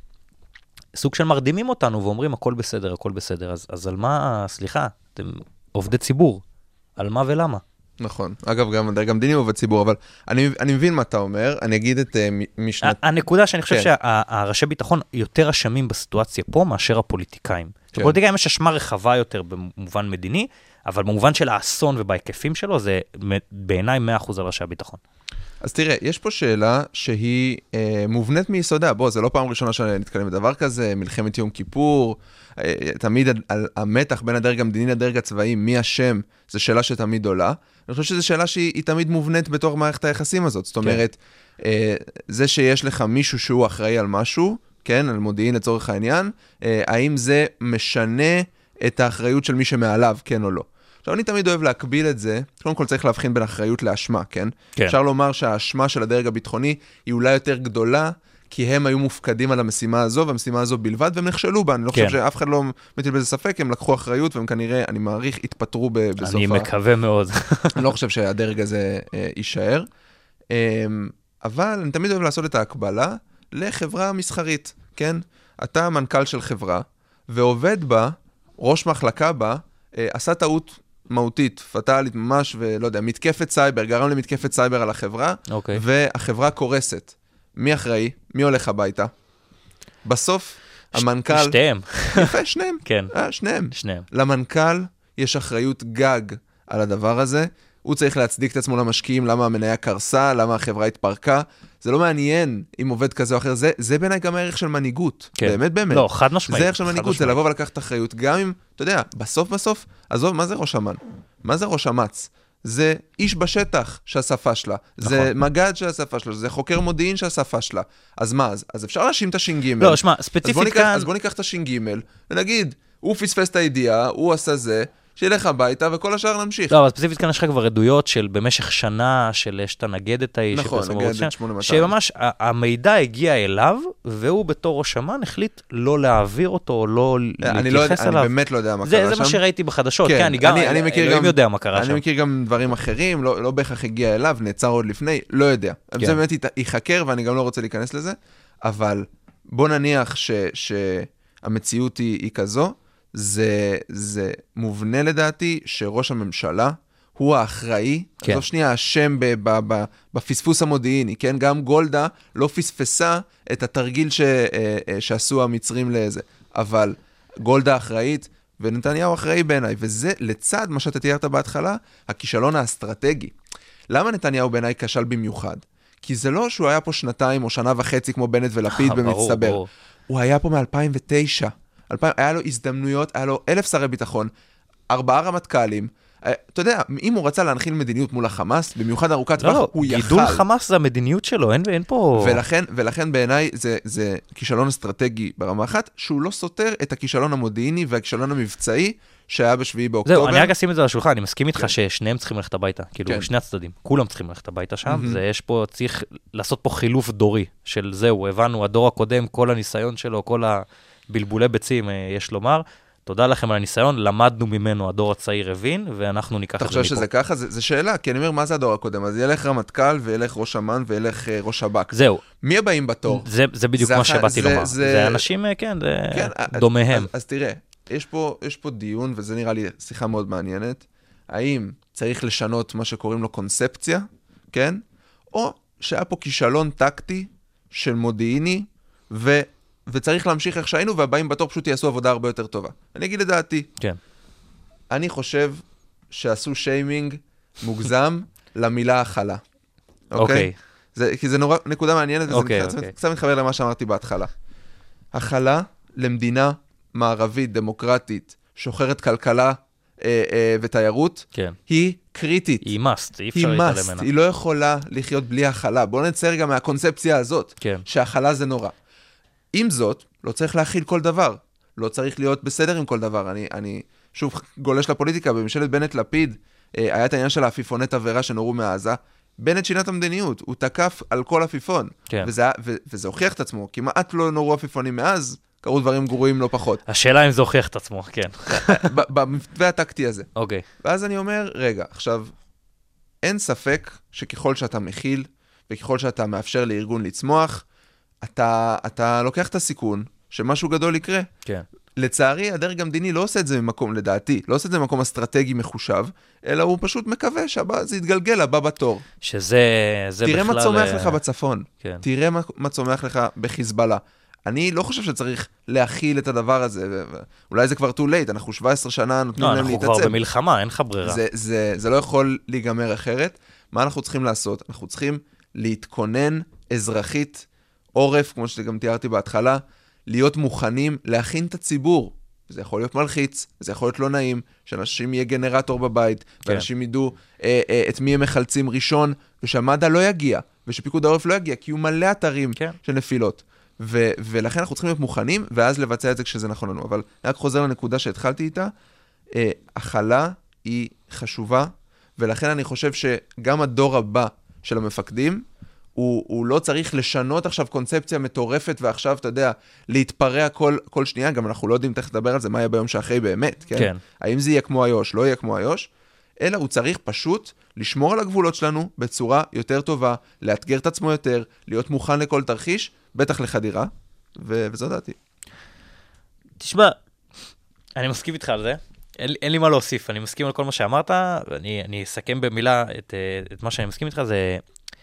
סוג של מרדימים אותנו ואומרים, הכל בסדר, הכל בסדר. אז, אז על מה, סליחה, אתם עובדי ציבור, על מה ולמה? נכון. אגב, גם הדרג המדיני עובד ציבור, אבל אני, אני מבין מה אתה אומר, אני אגיד את uh, משנת... הנקודה שאני חושב כן. שהראשי ביטחון יותר אשמים בסיטואציה פה מאשר הפוליטיקאים. כן. הפוליטיקאים יש אשמה רחבה יותר במובן מדיני, אבל במובן של האסון ובהיקפים שלו, זה בעיניי מאה אחוז על ראשי הביטחון. אז תראה, יש פה שאלה שהיא אה, מובנית מיסודה. בוא, זה לא פעם ראשונה שנתקלים בדבר כזה, מלחמת יום כיפור, אה, תמיד על המתח בין הדרג המדיני לדרג הצבאי, מי השם, זו שאלה שתמיד עולה. אני חושב שזו שאלה שהיא תמיד מובנית בתוך מערכת היחסים הזאת. זאת אומרת, כן. אה, זה שיש לך מישהו שהוא אחראי על משהו, כן, על מודיעין לצורך העניין, אה, האם זה משנה את האחריות של מי שמעליו, כן או לא. עכשיו, אני תמיד אוהב להקביל את זה, קודם כל צריך להבחין בין אחריות לאשמה, כן? כן. אפשר לומר שהאשמה של הדרג הביטחוני היא אולי יותר גדולה, כי הם היו מופקדים על המשימה הזו, והמשימה הזו בלבד, והם נכשלו בה. אני לא כן. חושב שאף אחד לא מטיל בזה ספק, הם לקחו אחריות, והם כנראה, אני מעריך, התפטרו ב- בסוף. אני מקווה מאוד. אני לא חושב שהדרג הזה אה, יישאר. אה, אבל אני תמיד אוהב לעשות את ההקבלה לחברה מסחרית, כן? אתה מנכ"ל של חברה, ועובד בה, ראש מחלקה בה, אה, עשה טעות מהותית, פטאלית ממש, ולא יודע, מתקפת סייבר, גרם למתקפת סייבר על החברה, okay. והחברה קורסת. מי אחראי? מי הולך הביתה? בסוף, ש- המנכ"ל... שתיהם. יפה, שניהם. כן. אה, שניהם. שניהם. למנכ"ל יש אחריות גג על הדבר הזה, הוא צריך להצדיק את עצמו למשקיעים, למה המניה קרסה, למה החברה התפרקה, זה לא מעניין אם עובד כזה או אחר, זה, זה בעיניי גם הערך של מנהיגות, כן. באמת באמת. לא, חד משמעית. זה הערך של מנהיגות, זה לבוא ולקחת אחריות, גם אם, אתה יודע, בסוף בסוף, עזוב, מה זה ראש אמן? מה זה ראש אמץ? זה איש בשטח שהשפה שלה, נכון. זה מגד שהשפה שלה, זה חוקר מודיעין שהשפה שלה. אז מה, אז, אז אפשר להאשים את הש"ג. לא, שמה, ספציפית אז בוא ניקח, כאן... אז בוא ניקח את הש"ג, ונגיד, הוא פספס את הידיעה, הוא עשה זה, שילך הביתה, וכל השאר נמשיך. לא, אבל ספציפית כאן יש לך כבר עדויות של במשך שנה, של שאתה נגד את האיש, נכון, נגד את שמונה מאתיים. שממש המידע הגיע אליו, והוא בתור ראש אמן החליט לא להעביר אותו, או לא להתייחס עליו. אני באמת לא יודע מה קרה שם. זה מה שראיתי בחדשות, כן, אני גם, אלוהים יודע מה קרה שם. אני מכיר גם דברים אחרים, לא בהכרח הגיע אליו, נעצר עוד לפני, לא יודע. זה באמת ייחקר, ואני גם לא רוצה להיכנס לזה, אבל בוא נניח שהמציאות היא כזו, זה, זה מובנה לדעתי שראש הממשלה הוא האחראי, כן. זו שנייה השם ב, ב, ב, בפספוס המודיעיני, כן? גם גולדה לא פספסה את התרגיל ש, שעשו המצרים לזה, אבל גולדה אחראית ונתניהו אחראי בעיניי, וזה לצד מה שאתה תיארת בהתחלה, הכישלון האסטרטגי. למה נתניהו בעיניי כשל במיוחד? כי זה לא שהוא היה פה שנתיים או שנה וחצי כמו בנט ולפיד במצטבר. ברור. הוא היה פה מ-אלפיים ותשע. היה לו הזדמנויות, היה לו אלף שרי ביטחון, ארבעה רמטכ"לים. אתה יודע, אם הוא רצה להנחיל מדיניות מול החמאס, במיוחד ארוכת טווח, לא, הוא יכל. גידול חמאס זה המדיניות שלו, אין, אין פה... ולכן, ולכן בעיניי זה, זה כישלון אסטרטגי ברמה אחת, שהוא לא סותר את הכישלון המודיעיני והכישלון המבצעי שהיה בשביעי באוקטובר. זהו, אני רק אשים את זה על השולחן, אני מסכים איתך ששניהם צריכים ללכת הביתה, כאילו שני הצדדים, כולם צריכים ללכת הביתה שם, זה יש פה, צריך לעשות פה חילוף דורי של זהו, הבנו, הדור הקודם, כל הניסיון שלו, כל הבלבולי ביצים, יש לומר, תודה לכם על הניסיון, למדנו ממנו, הדור הצעיר הבין, ואנחנו ניקח את זה מפה. אתה חושב שזה ככה? זו שאלה, כי אני אומר, מה זה הדור הקודם? אז ילך רמטכ"ל, וילך ראש אמ"ן, וילך ראש שב"כ. זהו. מי הבאים בתור? זה, זה בדיוק מה שבאתי לומר. זה אנשים, כן, זה דומיהם. אז, אז תראה, יש פה, יש פה דיון, וזה נראה לי שיחה מאוד מעניינת, האם צריך לשנות מה שקוראים לו קונספציה, כן? או שהיה פה כישלון טקטי של מודיעיני, ו... וצריך להמשיך איך שהיינו, והבאים בתור פשוט יעשו עבודה הרבה יותר טובה. אני אגיד לדעתי. כן. אני חושב שעשו שיימינג מוגזם למילה החלה. אוקיי? זה, כי זה נורא, נקודה מעניינת, וזה אוקיי, קצת, אוקיי. קצת מתחבר למה שאמרתי בהתחלה. החלה למדינה מערבית, דמוקרטית, שוחרת כלכלה אה, אה, ותיירות, כן. היא קריטית. היא must, אי אפשר להתעלם ממנה. היא לא יכולה לחיות בלי החלה. בואו נצייר גם מהקונספציה הזאת, כן. שהחלה זה נורא. עם זאת, לא צריך להכיל כל דבר. לא צריך להיות בסדר עם כל דבר. אני, אני שוב גולש לפוליטיקה, בממשלת בנט לפיד, אה, היה את העניין של האפיפוני תבערה שנורו מעזה, בנט שינה את המדיניות, הוא תקף על כל אפיפון, כן. וזה, ו, וזה הוכיח את עצמו, כמעט לא נורו אפיפונים מאז, קרו דברים גרועים לא פחות. השאלה אם זה הוכיח את עצמו, כן. במתווה הטקטי הזה. אוקיי. ואז אני אומר, רגע, עכשיו, אין ספק שככל שאתה מכיל, וככל שאתה מאפשר לארגון לצמוח, אתה, אתה לוקח את הסיכון שמשהו גדול יקרה. כן. לצערי, הדרג המדיני לא עושה את זה ממקום, לדעתי, לא עושה את זה ממקום אסטרטגי מחושב, אלא הוא פשוט מקווה שזה יתגלגל הבא בתור. שזה זה תראה בכלל... מה צומח לך בצפון. כן. תראה מה, מה צומח לך בחיזבאללה. אני לא חושב שצריך להכיל את הדבר הזה, אולי זה כבר too late, אנחנו שבע עשרה שנה נותנים לא, להם להתעצב. אנחנו כבר במלחמה, אין לך ברירה. זה, זה, זה לא יכול להיגמר אחרת. מה אנחנו צריכים לעשות? אנחנו צריכים להתכונן אזרחית, עורף, כמו שגם תיארתי בהתחלה, להיות מוכנים להכין את הציבור. זה יכול להיות מלחיץ, זה יכול להיות לא נעים, שאנשים יהיה גנרטור בבית, כן. ואנשים ידעו אה, אה, את מי הם מחלצים ראשון, ושהמדע לא יגיע, ושפיקוד העורף לא יגיע, כי הוא מלא אתרים כן. של נפילות. ו- ולכן אנחנו צריכים להיות מוכנים, ואז לבצע את זה כשזה נכון לנו. אבל אני רק חוזר לנקודה שהתחלתי איתה, אה, הכלה היא חשובה, ולכן אני חושב שגם הדור הבא של המפקדים, הוא, הוא לא צריך לשנות עכשיו קונספציה מטורפת, ועכשיו, אתה יודע, להתפרע כל, כל שנייה, גם אנחנו לא יודעים תכף לדבר על זה, מה יהיה ביום שאחרי באמת, כן? כן. האם זה יהיה כמו איו"ש, לא יהיה כמו איו"ש, אלא הוא צריך פשוט לשמור על הגבולות שלנו בצורה יותר טובה, לאתגר את עצמו יותר, להיות מוכן לכל תרחיש, בטח לחדירה, ו- וזו דעתי. תשמע, אני מסכים איתך על זה, אין, אין לי מה להוסיף, אני מסכים על כל מה שאמרת, ואני אני אסכם במילה את, את מה שאני מסכים איתך, זה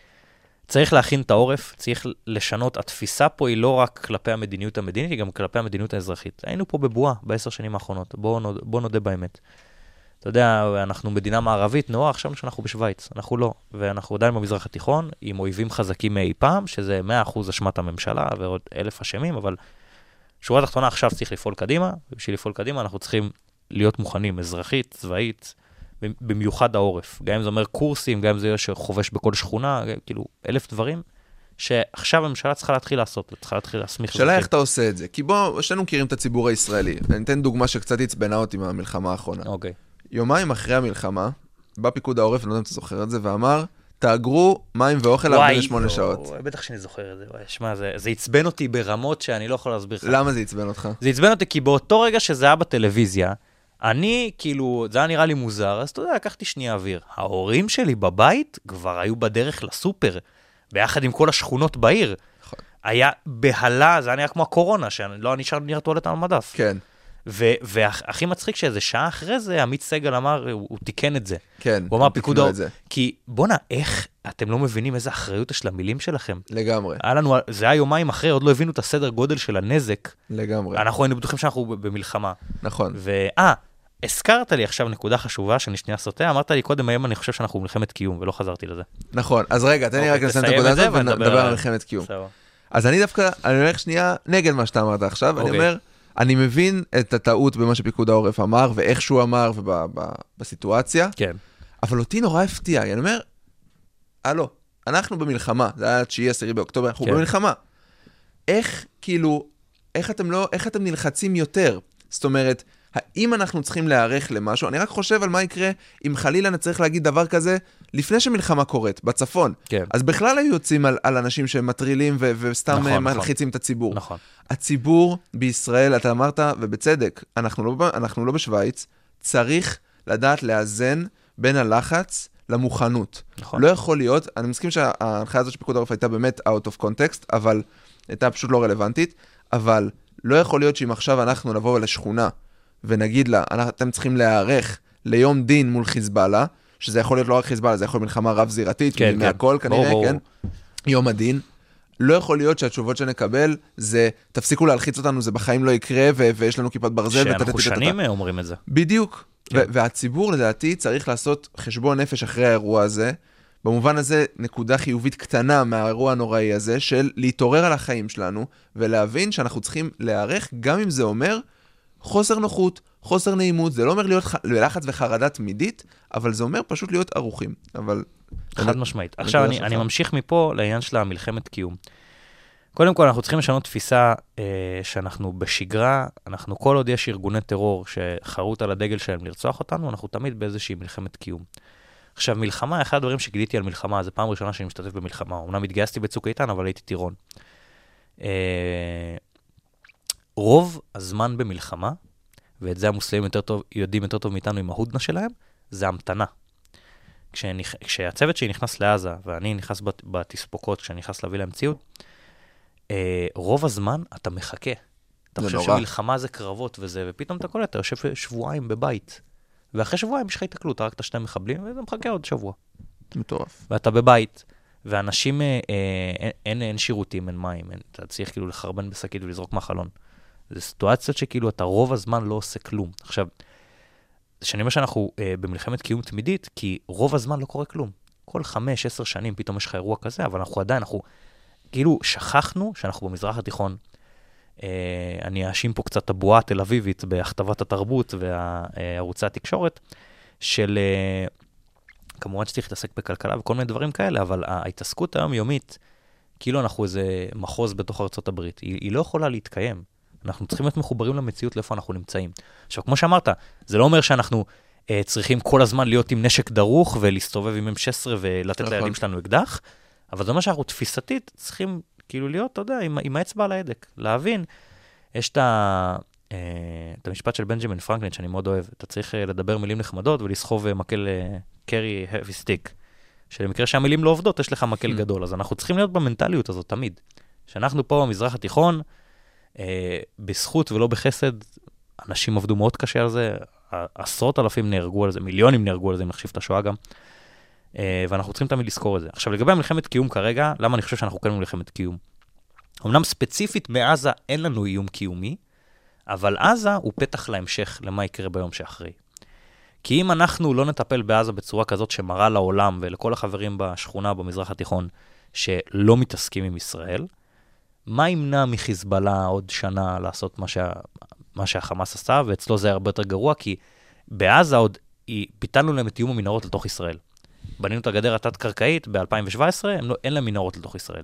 צריך להכין את העורף, צריך לשנות, התפיסה פה היא לא רק כלפי המדיניות המדינית, היא גם כלפי המדיניות האזרחית. היינו פה בבועה בעשר שנים האחרונות, בואו נוד, בוא נודה באמת. אתה יודע, אנחנו מדינה מערבית, נורא, עכשיו שאנחנו בשוויץ, אנחנו לא, ואנחנו עדיין במזרח התיכון, עם אויבים חזקים מאי פעם, שזה מאה אחוז אשמת הממשלה, ועוד אלף אשמים, אבל שורה תחתונה עכשיו צריך לפעול קדימה, ובשביל לפעול קדימה אנחנו צריכים להיות מוכנים, אזרחית, צבאית, במיוחד העורף. גם אם זה אומר קורסים, גם אם זה יהיה שחובש בכל שכונה, כאילו אלף דברים, שעכשיו הממשלה צריכה להתחיל לעשות, צריכה להתחיל להסמיך. שאלה איך אתה עושה את זה? כי בוא, שנינו מכירים את הציבור הישראלי. אני אתן דוגמה שקצת הצבנה אותי מהמלחמה האחרונה. אוקיי. יומיים אחרי המלחמה, בא פיקוד העורף, אני לא יודע אם אתה זוכר את זה, ואמר, תאגרו מים ואוכל ארבעים ושמונה שעות. וואי, בטח שאני זוכר את זה. וואי, שמע, זה, זה עצבן אותי ברמות שאני לא יכול להסביר לך. למה זה עצבן אותך? זה עצבן אותי כי באותו רגע שזה היה בטלוויזיה, אני, כאילו, זה היה נראה לי מוזר, אז אתה יודע, לקחתי שנייה אוויר. ההורים שלי בבית כבר היו בדרך לסופר, ביחד עם כל השכונות בעיר. נכון. היה בהלה, זה היה נראה כמו הקורונה, שלא נשאר נראה טואלט על המדף. כן. והכי מצחיק שאיזה שעה אחרי זה, עמית סגל אמר, הוא, הוא תיקן את זה. כן, הוא אמר פיקוד את זה. כי בוא'נה, איך אתם לא מבינים איזה אחריות יש למילים שלכם? לגמרי. היה לנו, זה היה יומיים אחרי, עוד לא הבינו את הסדר גודל של הנזק. לגמרי. אנחנו היינו בטוחים שאנחנו במלחמה. נכון. ואה, הזכרת לי עכשיו נקודה חשובה שאני שנייה סוטה, אמרת לי קודם היום אני חושב שאנחנו במלחמת קיום, ולא חזרתי לזה. נכון, אז רגע, תן לי רק לסיים את הנקודה הזאת ונדבר על מלחמת קיום. אז אני דווקא, אני הולך שנייה נגד מה שאתה אמרת עכשיו, אני אומר, אני מבין את הטעות במה שפיקוד העורף אמר, ואיך שהוא אמר ובסיטואציה, כן. אבל אותי נורא הפתיע, אני אומר, הלו, אנחנו במלחמה, זה היה תשיעי עשירי באוקטובר, אנחנו במלחמה. איך, כאילו, איך אתם לא, איך אתם נלחצים יותר? זאת אומרת, האם אנחנו צריכים להיערך למשהו? אני רק חושב על מה יקרה אם חלילה נצטרך להגיד דבר כזה לפני שמלחמה קורית, בצפון. כן. אז בכלל היו יוצאים על, על אנשים שמטרילים ו- וסתם נכון, מלחיצים נכון. את הציבור. נכון. הציבור בישראל, אתה אמרת, ובצדק, אנחנו לא, אנחנו לא בשוויץ, צריך לדעת לאזן בין הלחץ למוכנות. נכון. לא יכול להיות, אני מסכים שההנחיה הזאת שפיקוד העורף הייתה באמת out of context, אבל הייתה פשוט לא רלוונטית, אבל לא יכול להיות שאם עכשיו אנחנו נבוא לשכונה, ונגיד לה, אתם צריכים להיערך ליום דין מול חיזבאללה, שזה יכול להיות לא רק חיזבאללה, זה יכול להיות מלחמה רב-זירתית, כן, כן. מהכל כנראה, ברור, כן? ברור. יום הדין. לא יכול להיות שהתשובות שנקבל זה, תפסיקו להלחיץ אותנו, זה בחיים לא יקרה, ו- ויש לנו כיפת ברזל. שאנחנו שנים אומרים את זה. בדיוק. כן. ו- והציבור לדעתי צריך לעשות חשבון נפש אחרי האירוע הזה, במובן הזה נקודה חיובית קטנה מהאירוע הנוראי הזה, של להתעורר על החיים שלנו, ולהבין שאנחנו צריכים להיערך, גם אם זה אומר חוסר נוחות, חוסר נעימות, זה לא אומר להיות בלחץ וחרדה תמידית, אבל זה אומר פשוט להיות ערוכים. אבל חד משמעית. עכשיו אני, אני ממשיך מפה לעניין של המלחמת קיום. קודם כל, אנחנו צריכים לשנות תפיסה אה, שאנחנו בשגרה, אנחנו כל עוד יש ארגוני טרור שחרות על הדגל שלהם לרצוח אותנו, אנחנו תמיד באיזושהי מלחמת קיום. עכשיו, מלחמה, אחד הדברים שגיליתי על מלחמה, זה פעם ראשונה שאני משתתף במלחמה. אומנם התגייסתי בצוק איתן, אבל הייתי טירון. אה, רוב הזמן במלחמה, ואת זה המוסלמים יותר טוב, יודעים יותר טוב מאיתנו עם ההודנה שלהם, זה המתנה. כשנכ... כשהצוות שלי נכנס לעזה, ואני נכנס בת... בתספוקות, כשאני נכנס להביא להם ציוד, אה, רוב הזמן אתה מחכה. אתה חושב נורא. שמלחמה זה קרבות וזה, ופתאום אתה קולט, אתה יושב שבועיים בבית, ואחרי שבועיים יש לך התקלות, רק את השתי מחבלים, וזה מחכה עוד שבוע. מטורף. ואתה בבית, ואנשים, אה, אין, אין, אין שירותים, אין מים, אין, אתה צריך כאילו לחרבן בשקית ולזרוק מהחלון. זה סיטואציות שכאילו אתה רוב הזמן לא עושה כלום. עכשיו, שאני אומר שאנחנו אה, במלחמת קיום תמידית, כי רוב הזמן לא קורה כלום. כל חמש, עשר שנים פתאום יש לך אירוע כזה, אבל אנחנו עדיין, אנחנו כאילו שכחנו שאנחנו במזרח התיכון. אה, אני אאשים פה קצת הבועה תל אביבית בהכתבת התרבות וערוצי התקשורת, של אה, כמובן שצריך להתעסק בכלכלה וכל מיני דברים כאלה, אבל ההתעסקות היומיומית, כאילו אנחנו איזה מחוז בתוך ארצות הברית, היא, היא לא יכולה להתקיים. אנחנו צריכים להיות מחוברים למציאות לאיפה אנחנו נמצאים. עכשיו, כמו שאמרת, זה לא אומר שאנחנו אה, צריכים כל הזמן להיות עם נשק דרוך ולהסתובב עם אם שש עשרה ולתת נכון. לילדים שלנו אקדח, אבל זה אומר שאנחנו תפיסתית צריכים כאילו להיות, אתה יודע, עם, עם האצבע על ההדק, להבין. יש את, ה, אה, את המשפט של בנג'מין פרנקלין, שאני מאוד אוהב, אתה צריך אה, לדבר מילים נחמדות ולסחוב אה, מקל אה, קרי heavy stick, שלמקרה שהמילים לא עובדות, יש לך מקל גדול, אז אנחנו צריכים להיות במנטליות הזאת תמיד. שאנחנו פה במזרח התיכון, Uh, בזכות ולא בחסד, אנשים עבדו מאוד קשה על זה, עשרות אלפים נהרגו על זה, מיליונים נהרגו על זה, אם נחשיב את השואה גם, uh, ואנחנו צריכים תמיד לזכור את זה. עכשיו, לגבי מלחמת קיום כרגע, למה אני חושב שאנחנו כאן במלחמת קיום? אמנם ספציפית מעזה אין לנו איום קיומי, אבל עזה הוא פתח להמשך למה יקרה ביום שאחרי. כי אם אנחנו לא נטפל בעזה בצורה כזאת שמראה לעולם ולכל החברים בשכונה במזרח התיכון שלא מתעסקים עם ישראל, מה ימנע מחיזבאללה עוד שנה לעשות מה, שה, מה שהחמאס עשה, ואצלו זה הרבה יותר גרוע, כי בעזה עוד פיתנו להם את איום המנהרות לתוך ישראל. בנינו את הגדר התת-קרקעית ב-אלפיים שבע עשרה, לא, אין להם מנהרות לתוך ישראל.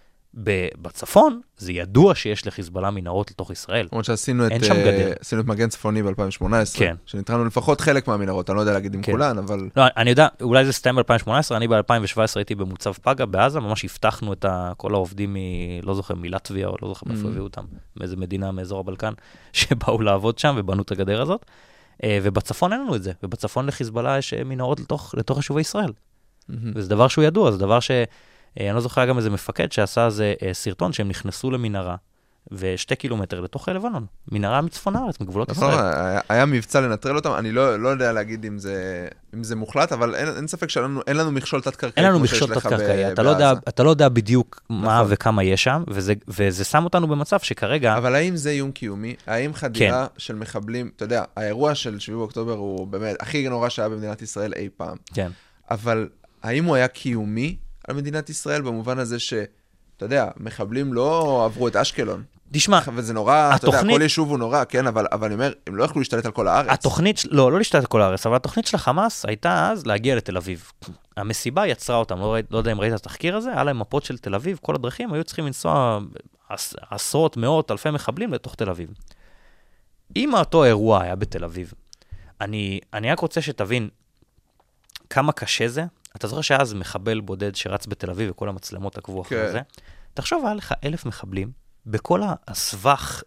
בצפון, זה ידוע שיש לחיזבאללה מנהרות לתוך ישראל. כמו שעשינו את, uh, את מגן צפוני ב-אלפיים שמונה עשרה, כן. שנתרנו לפחות חלק מהמנהרות, אני לא יודע להגיד עם כן. כולן, אבל... לא, אני יודע, אולי זה סתם ב-אלפיים שמונה עשרה, אני ב-אלפיים שבע עשרה הייתי במוצב פגה בעזה, ממש הבטחנו את כל העובדים, מ... לא זוכר, מלטביה, או לא זוכר מאיפה הביאו אותם, מאיזה מדינה, מאזור הבלקן, שבאו לעבוד שם ובנו את הגדר הזאת, ובצפון אין לנו את זה, ובצפון לחיזבאללה יש מנהרות לתוך, לתוך יישובי ישראל. וזה דבר שהוא ידוע, זה דבר ש... אני לא זוכר גם איזה מפקד שעשה איזה סרטון שהם נכנסו למנהרה, ושתי קילומטר לתוך לבנון. מנהרה מצפון הארץ, מגבולות ישראל. היה מבצע לנטרל אותם, אני לא יודע להגיד אם זה מוחלט, אבל אין ספק שאין לנו מכשול תת-קרקעי. אין לנו מכשול תת-קרקעי, אתה לא יודע בדיוק מה וכמה יש שם, וזה שם אותנו במצב שכרגע... אבל האם זה איום קיומי? האם חדירה של מחבלים, אתה יודע, האירוע של שבעה באוקטובר הוא באמת הכי נורא שהיה במדינת ישראל אי פעם. כן. אבל האם הוא היה קיומי על מדינת ישראל, במובן הזה ש, אתה יודע, מחבלים לא עברו את אשקלון. תשמע, וזה נורא, התוכנית... אתה יודע, כל יישוב הוא נורא, כן, אבל, אבל אני אומר, הם לא יכלו להשתלט על כל הארץ. התוכנית, לא, לא להשתלט על כל הארץ, אבל התוכנית של החמאס הייתה אז להגיע לתל אביב. המסיבה יצרה אותם, לא, לא יודע אם ראית את התחקיר הזה, היה להם מפות של תל אביב, כל הדרכים היו צריכים לנסוע עש, עשרות, מאות, אלפי מחבלים לתוך תל אביב. אם אותו אירוע היה בתל אביב, אני, אני רק רוצה שתבין כמה קשה זה. אתה זוכר שאז מחבל בודד שרץ בתל אביב וכל המצלמות עקבו אחרי זה. תחשוב, היה לך אלף מחבלים בכל הסבך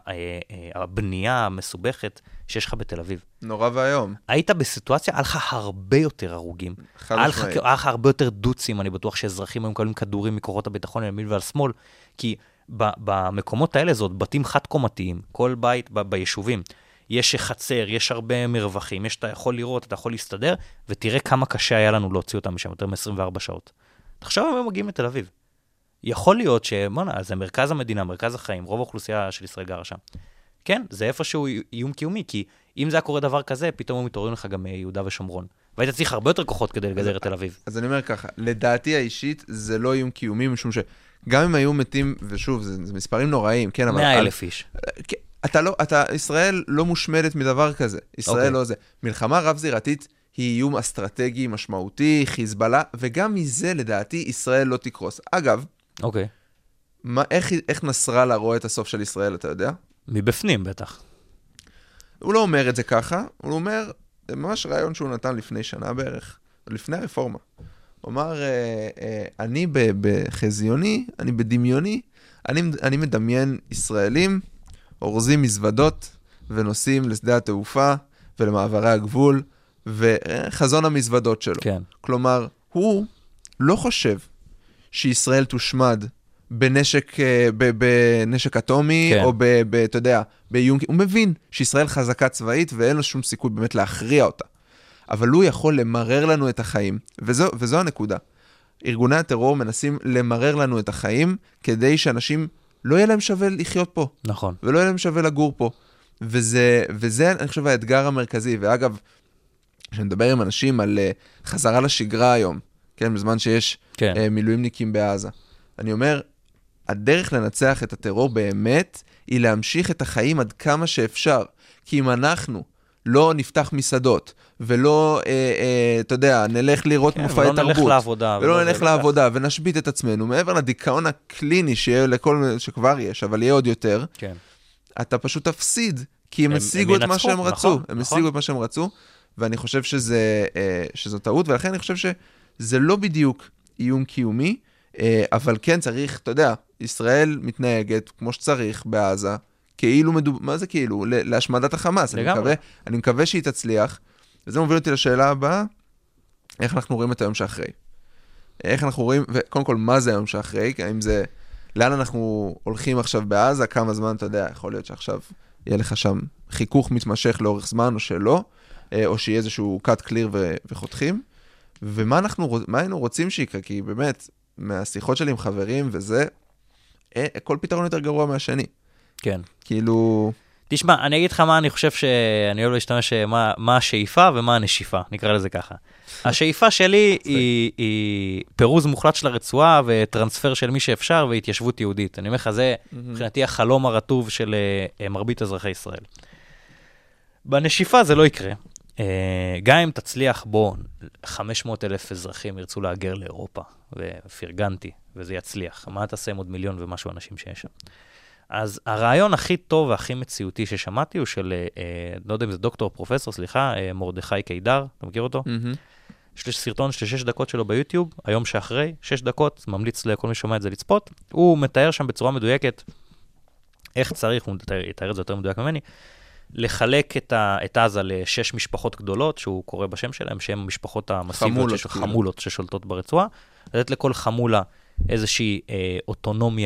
והבנייה המסובכת שיש לך בתל אביב. נורא והיום. היית בסיטואציה, היה לך הרבה יותר הרוגים. היה לך הרבה יותר דוצים, אני בטוח שאזרחים היו מקבלים כדורים מכוחות הביטחון לימין ועל שמאל, כי במקומות האלה זאת בתים חד-קומתיים, כל בית ביישובים. יש חצר, יש הרבה מרווחים, יש, אתה יכול לראות, אתה יכול להסתדר, ותראה כמה קשה היה לנו להוציא אותם משם, יותר מ-עשרים וארבע שעות. עכשיו הם מגיעים לתל אביב. יכול להיות שמונה, זה מרכז המדינה, מרכז החיים, רוב האוכלוסייה של ישראל גרה שם. כן, זה איפשהו איום קיומי, כי אם זה היה קורה דבר כזה, פתאום הם מתעוררים לך גם יהודה ושומרון. והיית צריך הרבה יותר כוחות כדי לגדר את תל אביב. אז אני אומר ככה, לדעתי האישית, זה לא איום קיומי, משום שגם אם היו מתים, ושוב, זה, זה מספרים נוראיים, כן, אבל... מאה אלף איש. אתה לא, אתה, ישראל לא מושמדת מדבר כזה. ישראל okay. לא זה. מלחמה רב-זירתית היא איום אסטרטגי משמעותי, חיזבאללה, וגם מזה, לדעתי, ישראל לא תקרוס. אגב, okay. מה, איך, איך נסראללה רואה את הסוף של ישראל, אתה יודע? מבפנים בטח. הוא לא אומר את זה ככה, הוא אומר, זה ממש רעיון שהוא נתן לפני שנה בערך, לפני הרפורמה. הוא אמר, אה, אה, אני בחזיוני, אני בדמיוני, אני, אני מדמיין ישראלים, אורזים מזוודות ונוסעים לשדה התעופה ולמעברי הגבול, וחזון המזוודות שלו. כן. כלומר, הוא לא חושב שישראל תושמד בנשק, בנשק אטומי, כן. או ב, ב, אתה יודע, באיום, הוא מבין שישראל חזקה צבאית ואין לו שום סיכוי באמת להכריע אותה. אבל הוא יכול למרר לנו את החיים, וזו, וזו הנקודה. ארגוני הטרור מנסים למרר לנו את החיים, כדי שאנשים לא יהיה להם שווה לחיות פה. נכון. ולא יהיה להם שווה לגור פה. וזה, וזה, אני חושב, האתגר המרכזי. ואגב, כשאני מדבר עם אנשים על uh, חזרה לשגרה היום, כן, בזמן שיש כן. uh, מילואימניקים בעזה, אני אומר, הדרך לנצח את הטרור באמת, היא להמשיך את החיים עד כמה שאפשר. כי אם אנחנו לא נפתח מסעדות, ולא, אה, אה, אתה יודע, נלך לראות כן, מופעי ולא תרבות. נלך לעבודה. ולא נלך לעבודה, ונשבית את עצמנו, מעבר לדיכאון הקליני שיהיה לכל, שכבר יש, אבל יהיה עוד יותר, כן. אתה פשוט תפסיד, כי הם, הם השיגו הם את מה שהם רצו. נכון, הם נכון. השיגו את מה שהם רצו, ואני חושב שזה, אה, שזו טעות, ולכן אני חושב שזה לא בדיוק איום קיומי, אה, אבל כן צריך, אתה יודע, ישראל מתנהגת כמו שצריך בעזה, כאילו מדוב... מה זה כאילו? להשמדת החמאס. אני מקווה, אני מקווה שהיא תצליח. וזה מוביל אותי לשאלה הבאה, איך אנחנו רואים את היום שאחרי? איך אנחנו רואים, וקודם כל, מה זה היום שאחרי? האם זה, לאן אנחנו הולכים עכשיו בעזה? כמה זמן, אתה יודע, יכול להיות שעכשיו יהיה לך שם חיכוך מתמשך לאורך זמן או שלא, או שיהיה איזשהו קאט קליר ו... וחותכים. ומה אנחנו, מה היינו רוצים שיקרה? כי באמת, מהשיחות שלי עם חברים וזה, כל פתרון יותר גרוע מהשני. כן. כאילו... תשמע, אני אגיד לך מה אני חושב שאני אוהב להשתמש, מה, מה השאיפה ומה הנשיפה, נקרא לזה ככה. השאיפה שלי היא, היא פירוז מוחלט של הרצועה וטרנספר של מי שאפשר והתיישבות יהודית. אני אומר לך, זה מבחינתי החלום הרטוב של מרבית אזרחי ישראל. בנשיפה זה לא יקרה. גם אם תצליח בו, חמש מאות אלף אזרחים ירצו להגר לאירופה, ופרגנתי, וזה יצליח. מה תעשה עם עוד מיליון ומשהו אנשים שיש שם? אז הרעיון הכי טוב והכי מציאותי ששמעתי הוא של, אה, לא יודע אם זה דוקטור, פרופסור, סליחה, אה, מרדכי קידר, אתה מכיר אותו? Mm-hmm. יש לי סרטון של שש דקות שלו ביוטיוב, היום שאחרי, שש דקות, ממליץ לכל מי שומע את זה לצפות, הוא מתאר שם בצורה מדויקת, איך צריך, הוא מתאר, יתאר את זה יותר מדויק ממני, לחלק את, ה, את עזה לשש משפחות גדולות, שהוא קורא בשם שלהם, שהן המשפחות המסיביות, שיש חמולות ששולטות ברצועה, לתת לכל חמולה איזושהי אה, אוטונומיה,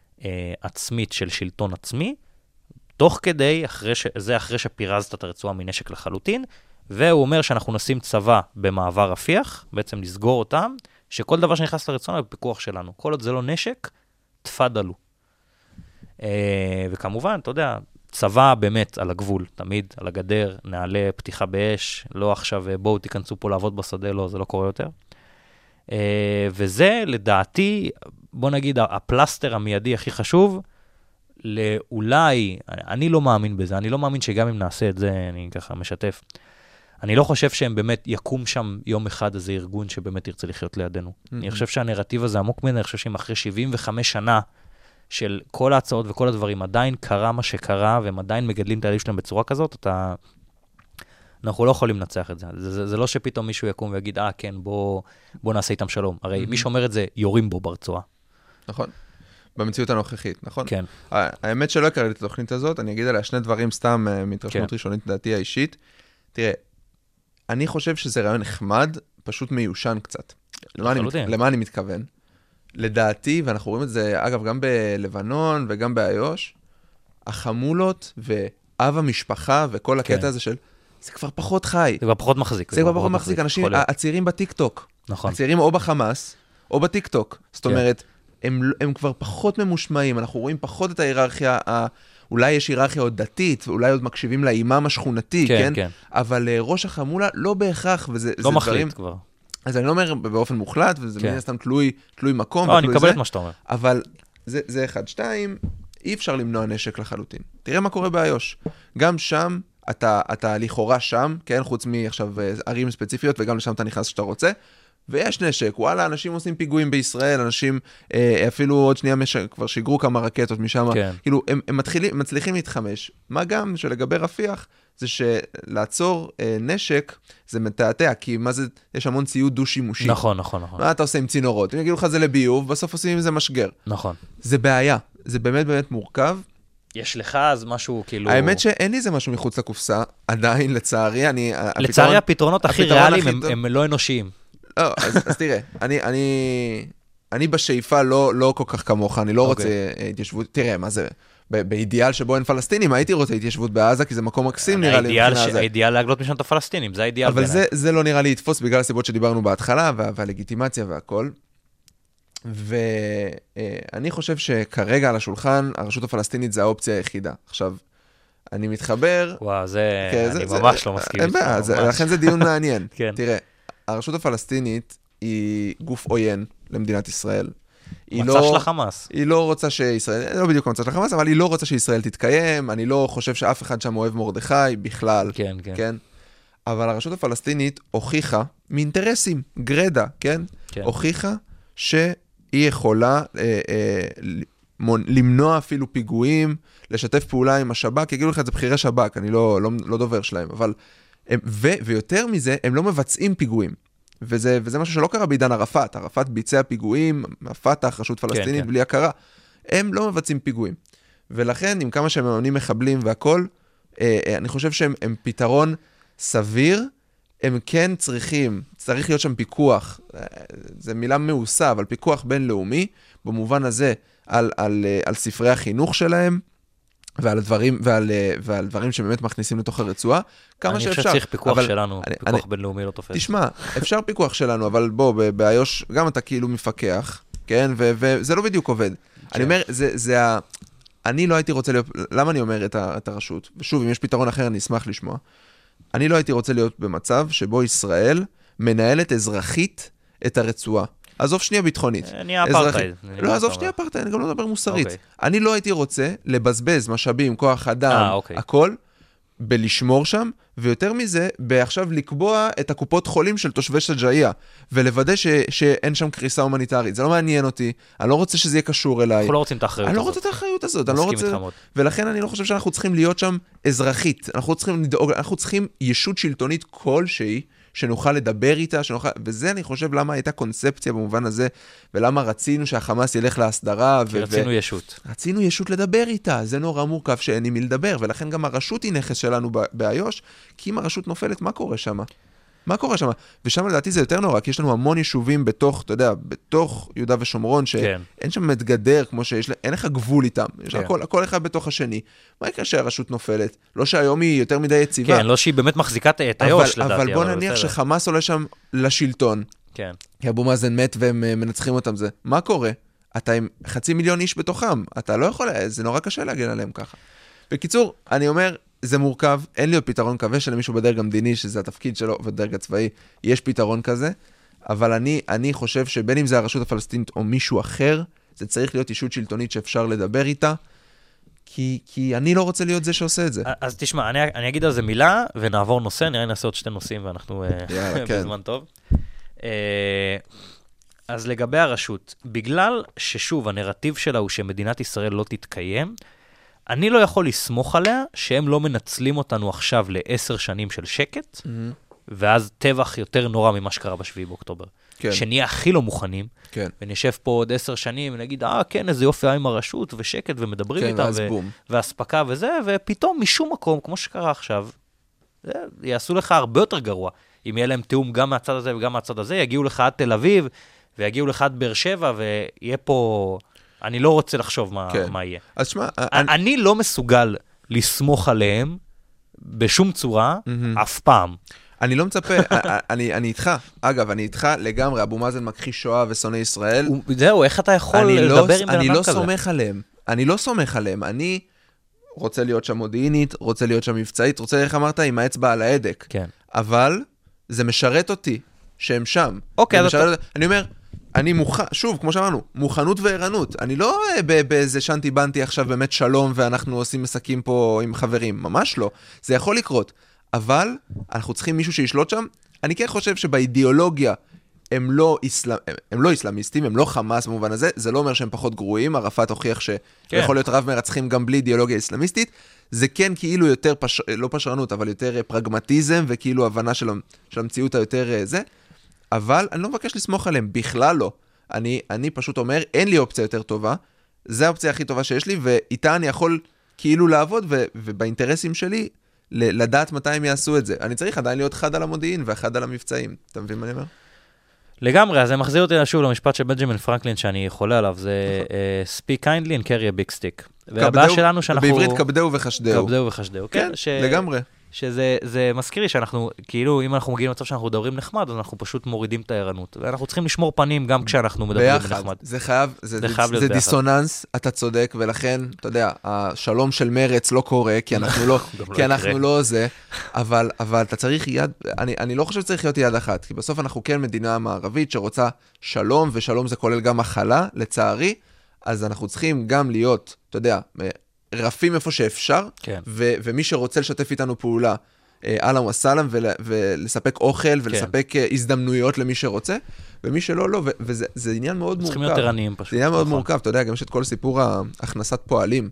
עצמית של שלטון עצמי, תוך כדי, אחרי ש... זה אחרי שפירזת את הרצועה מנשק לחלוטין, והוא אומר שאנחנו נשים צבא במעבר רפיח, בעצם לסגור אותם, שכל דבר שנכנס לרצועה הוא בפיקוח שלנו. כל עוד זה לא נשק, תפדלו. וכמובן, אתה יודע, צבא באמת על הגבול, תמיד על הגדר, נעלה פתיחה באש, לא עכשיו בואו תיכנסו פה לעבוד בשדה, לא, זה לא קורה יותר. וזה לדעתי, בוא נגיד, הפלסטר המיידי הכי חשוב, לאולי, אני לא מאמין בזה, אני לא מאמין שגם אם נעשה את זה, אני ככה משתף, אני לא חושב שהם באמת יקום שם יום אחד איזה ארגון שבאמת ירצה לחיות לידינו. Mm-hmm. אני חושב שהנרטיב הזה עמוק ממנו, אני חושב שאם אחרי שבעים וחמש שנה של כל ההצעות וכל הדברים, עדיין קרה מה שקרה, והם עדיין מגדלים את הילדים שלהם בצורה כזאת, אתה... אנחנו לא יכולים לנצח את זה. זה, זה, זה לא שפתאום מישהו יקום ויגיד, אה, כן, בוא, בוא נעשה איתם שלום. הרי mm-hmm. מי שאומר את זה, יורים בו ברצועה. נכון. במציאות הנוכחית, נכון? כן. האמת שלא הכרתי את התוכנית הזאת, אני אגיד עליה שני דברים סתם מהתרשמות כן. ראשונית דעתי האישית. תראה, אני חושב שזה רעיון נחמד, פשוט מיושן קצת. למה אני, למה אני מתכוון? לדעתי, ואנחנו רואים את זה, אגב, גם בלבנון וגם באיו"ש, החמולות ואב המשפחה וכל הקטע כן. הזה של, זה כבר פחות חי. זה כבר פחות מחזיק. זה כבר פחות מחזיק. אנשים, הצעירים בטיקטוק. נכון. הצעירים או בחמאס, או בטיקטוק. זאת אומרת, הם, הם כבר פחות ממושמעים, אנחנו רואים פחות את ההיררכיה, אולי יש היררכיה עוד דתית, ואולי עוד מקשיבים לאימאם השכונתי, כן? כן? כן. אבל ראש החמולה לא בהכרח, וזה לא מחליט דברים... כבר. אז אני לא אומר באופן מוחלט, וזה כן. מן הסתם תלוי, תלוי מקום. לא, אני מקבל את מה שאתה אומר. אבל זה, זה אחד. שתיים, אי אפשר למנוע נשק לחלוטין. תראה מה קורה באיו"ש. גם שם, אתה, אתה לכאורה שם, כן? חוץ מעכשיו ערים ספציפיות, וגם לשם אתה נכנס שאתה רוצה, ויש נשק, וואלה, אנשים עושים פיגועים בישראל, אנשים אה, אפילו עוד שנייה מש... כבר שיגרו כמה רקטות משם, כן. כאילו, הם, הם מתחילים, מצליחים להתחמש. מה גם שלגבי רפיח, זה שלעצור אה, נשק, זה מתעתע, כי מה זה, יש המון ציוד דו-שימושי. נכון, נכון, נכון. מה אתה עושה עם צינורות? אם יגידו לך זה לביוב, בסוף עושים עם זה משגר. נכון. זה בעיה, זה באמת באמת מורכב. יש לך אז משהו כאילו... האמת שאין לי זה משהו מחוץ לקופסה, עדיין, לצערי, אני... לצערי, הפתרונות הכי הפתרון ריאליים הכי הם, טוב- הם לא אנושיים. לא, אז, אז תראה, אני, אני, אני בשאיפה לא, לא כל כך כמוך, אני לא אוקיי. רוצה אה, התיישבות, תראה, מה זה, ב- באידיאל שבו אין פלסטינים, הייתי רוצה התיישבות בעזה, כי זה מקום מקסים נראה לי האידיאל מבחינה ש- זה. האידיאל להגלות משם את הפלסטינים, זה האידיאל אבל בעיניי. זה, זה לא נראה לי יתפוס בגלל הסיבות שדיברנו בהתחלה, וה, והלגיטימציה והכל. ואני חושב שכרגע על השולחן, הרשות הפלסטינית זה האופציה היחידה. עכשיו, אני מתחבר... וואו, זה... כן, אני זה- ממש זה- לא מסכים. אין איתך, בעיה, זה- ממש. לכן זה דיון מעניין. כן. תראה, הרשות הפלסטינית היא גוף עוין למדינת ישראל. היא מצע לא- של החמאס. היא לא רוצה שישראל, לא בדיוק המצע של החמאס, אבל היא לא רוצה שישראל תתקיים, אני לא חושב שאף אחד שם אוהב מרדכי בכלל, כן, כן. כן? אבל הרשות הפלסטינית הוכיחה מאינטרסים, גרדה, כן? כן. הוכיחה שהיא יכולה אה, אה, למונ- למנוע אפילו פיגועים, לשתף פעולה עם השב"כ, יגידו לך את זה בכירי שב"כ, אני לא, לא, לא דובר שלהם, אבל... הם, ו, ויותר מזה, הם לא מבצעים פיגועים. וזה, וזה משהו שלא קרה בעידן ערפאת. ערפאת ביצע פיגועים, הפתח, רשות פלסטינית, כן. בלי הכרה. הם לא מבצעים פיגועים. ולכן, עם כמה שהם ממנים מחבלים והכל, אה, אה, אני חושב שהם הם פתרון סביר, הם כן צריכים, צריך להיות שם פיקוח, אה, זה מילה מעושה, אבל פיקוח בינלאומי, במובן הזה, על, על, אה, על ספרי החינוך שלהם, ועל דברים, ועל, אה, ועל דברים שבאמת מכניסים לתוך הרצועה, כמה אני שאפשר. חושב שצריך פיקוח אבל שלנו, אני- פיקוח אני- בינלאומי לא תופס. תשמע, אפשר פיקוח שלנו, אבל בוא, ב- באיו"ש, גם אתה כאילו מפקח, כן? ו- וזה לא בדיוק עובד. אני אומר, זה, זה ה... אני לא הייתי רוצה להיות... למה אני אומר את, ה- את הרשות? ושוב, אם יש פתרון אחר, אני אשמח לשמוע. אני לא הייתי רוצה להיות במצב שבו ישראל מנהלת אזרחית את הרצועה. עזוב שנייה ביטחונית. אה, נהיה אזרחית. אפרטהייד. אני לא, מה עזוב אתה שנייה אומר. אפרטהייד, אני גם לא מדבר מוסרית. אוקיי. אני לא הייתי רוצה לבזבז משאבים, כוח אדם, אה, אוקיי. הכל, בלשמור שם, ויותר מזה, בעכשיו לקבוע את הקופות חולים של תושבי שג'אעיה, ולוודא ש, שאין שם קריסה הומניטרית. זה לא מעניין אותי, אני לא רוצה שזה יהיה קשור אליי. אנחנו לא רוצים את האחריות אני לא הזאת. רוצה את האחריות הזאת, אני לא מסכים רוצה... איתך מאוד. ולכן אני לא חושב שאנחנו צריכים להיות שם אזרחית. אנחנו צריכים לדאוג, אנחנו צריכים ישות שלטונית כלשהי, שנוכל לדבר איתה, שנוכל... וזה אני חושב למה הייתה קונספציה במובן הזה, ולמה רצינו שהחמאס ילך להסדרה. כי ו... רצינו ישות. רצינו ישות לדבר איתה, זה נורא מורכב שאין עם מי לדבר, ולכן גם הרשות היא נכס שלנו ב- באיו"ש, כי אם הרשות נופלת, מה קורה שם? מה קורה שם? ושם לדעתי זה יותר נורא, כי יש לנו המון יישובים בתוך, אתה יודע, בתוך יהודה ושומרון, שאין כן. שם את גדר, כמו שיש, אין לך גבול איתם, יש לך כן. הכל, הכל אחד בתוך השני. מה יקרה שהרשות נופלת? לא שהיום היא יותר מדי יציבה. כן, לא שהיא באמת מחזיקה את אבל, איו"ש לדעתי. אבל בוא נניח בסדר. שחמאס עולה שם לשלטון, כן. כי אבו מאזן מת והם אה, מנצחים אותם זה. מה קורה? אתה עם חצי מיליון איש בתוכם, אתה לא יכול, זה נורא קשה להגן עליהם ככה. בקיצור, אני אומר, זה מורכב, אין לי עוד פתרון, מקווה שלמישהו בדרג המדיני, שזה התפקיד שלו, ובדרג הצבאי, יש פתרון כזה, אבל אני, אני חושב שבין אם זה הרשות הפלסטינית או מישהו אחר, זה צריך להיות אישות שלטונית שאפשר לדבר איתה, כי, כי אני לא רוצה להיות זה שעושה את זה. אז תשמע, אני, אני אגיד על זה מילה, ונעבור נושא, נראה לי נעשה עוד שתי נושאים, ואנחנו אה, יאללה, כן. בזמן טוב. אה, אז לגבי הרשות, בגלל ששוב, הנרטיב שלה הוא שמדינת ישראל לא תתקיים, אני לא יכול לסמוך עליה שהם לא מנצלים אותנו עכשיו לעשר שנים של שקט, ואז טבח יותר נורא ממה שקרה בשביעי באוקטובר. כן. שנהיה הכי לא מוכנים, כן. ונשב פה עוד עשר שנים, ונגיד, אה, כן, איזה יופי היה עם הרשות, ושקט, ומדברים כן, איתה, ואז ו- בום. והספקה וזה, ופתאום משום מקום, כמו שקרה עכשיו, זה, יעשו לך הרבה יותר גרוע. אם יהיה להם תיאום גם מהצד הזה וגם מהצד הזה, יגיעו לך עד תל אביב, ויגיעו לך עד באר שבע, ויהיה פה... אני לא רוצה לחשוב מה, כן. מה יהיה. אז שמע, אני... אני לא מסוגל לסמוך עליהם בשום צורה, אף פעם. אני לא מצפה, אני, אני איתך, אגב, אני איתך לגמרי, אבו מאזן מכחיש שואה ושונא ישראל. הוא- זהו, איך אתה יכול אני לדבר לא, עם בן אני אדם לא כזה? סומך עליהם, אני לא סומך עליהם, אני רוצה להיות שם מודיעינית, רוצה להיות שם מבצעית, רוצה, איך אמרת, עם האצבע על ההדק. כן. אבל זה משרת אותי שהם שם. אוקיי, זה אז משרת אותי. אני אומר, אני מוכן, שוב, כמו שאמרנו, מוכנות וערנות. אני לא אה, ב- באיזה שנתי בנתי עכשיו באמת שלום, ואנחנו עושים מסקים פה עם חברים, ממש לא. זה יכול לקרות. אבל אנחנו צריכים מישהו שישלוט שם. אני כן חושב שבאידיאולוגיה הם לא, איסלאם, הם לא איסלאמיסטים, הם לא חמאס במובן הזה, זה לא אומר שהם פחות גרועים, ערפאת הוכיח שיכול להיות רב מרצחים גם בלי אידיאולוגיה איסלאמיסטית, זה כן כאילו יותר, פש... לא פשרנות, אבל יותר פרגמטיזם, וכאילו הבנה של, של המציאות היותר זה, אבל אני לא מבקש לסמוך עליהם, בכלל לא. אני, אני פשוט אומר, אין לי אופציה יותר טובה, זה האופציה הכי טובה שיש לי, ואיתה אני יכול כאילו לעבוד, ו... ובאינטרסים שלי, לדעת מתי הם יעשו את זה. אני צריך עדיין להיות חד על המודיעין, ואחד על המבצעים. אתה מבין מה אני אומר? לגמרי, אז זה מחזיר אותי שוב למשפט של בנג'מין פרנקלין שאני חולה עליו, זה speak kindly and carry a big stick. והבעיה שלנו שאנחנו... בעברית כבדהו וחשדהו. כבדהו וחשדהו, כן. לגמרי. שזה מזכיר לי שאנחנו, כאילו, אם אנחנו מגיעים למצב שאנחנו מדברים נחמד, אז אנחנו פשוט מורידים את הערנות. ואנחנו צריכים לשמור פנים גם כשאנחנו מדברים נחמד. ביחד, זה חייב, זה דיסוננס, אתה צודק, ולכן, אתה יודע, השלום של מרץ לא קורה, כי אנחנו לא, כי אנחנו לא זה, אבל, אבל אתה צריך יד, אני, אני לא חושב שצריך להיות יד אחת, כי בסוף אנחנו כן מדינה מערבית שרוצה שלום, ושלום זה כולל גם מחלה, לצערי, אז אנחנו צריכים גם להיות, אתה יודע, רפים איפה שאפשר, כן. ו- ומי שרוצה לשתף איתנו פעולה, אהלן וסלאם, ול- ולספק אוכל, ולספק כן. הזדמנויות למי שרוצה, ומי שלא, לא, ו- וזה זה עניין מאוד מורכב. צריכים להיות ערניים פשוט. זה עניין מאוד מורכב, אתה יודע, גם יש את כל סיפור הכנסת פועלים.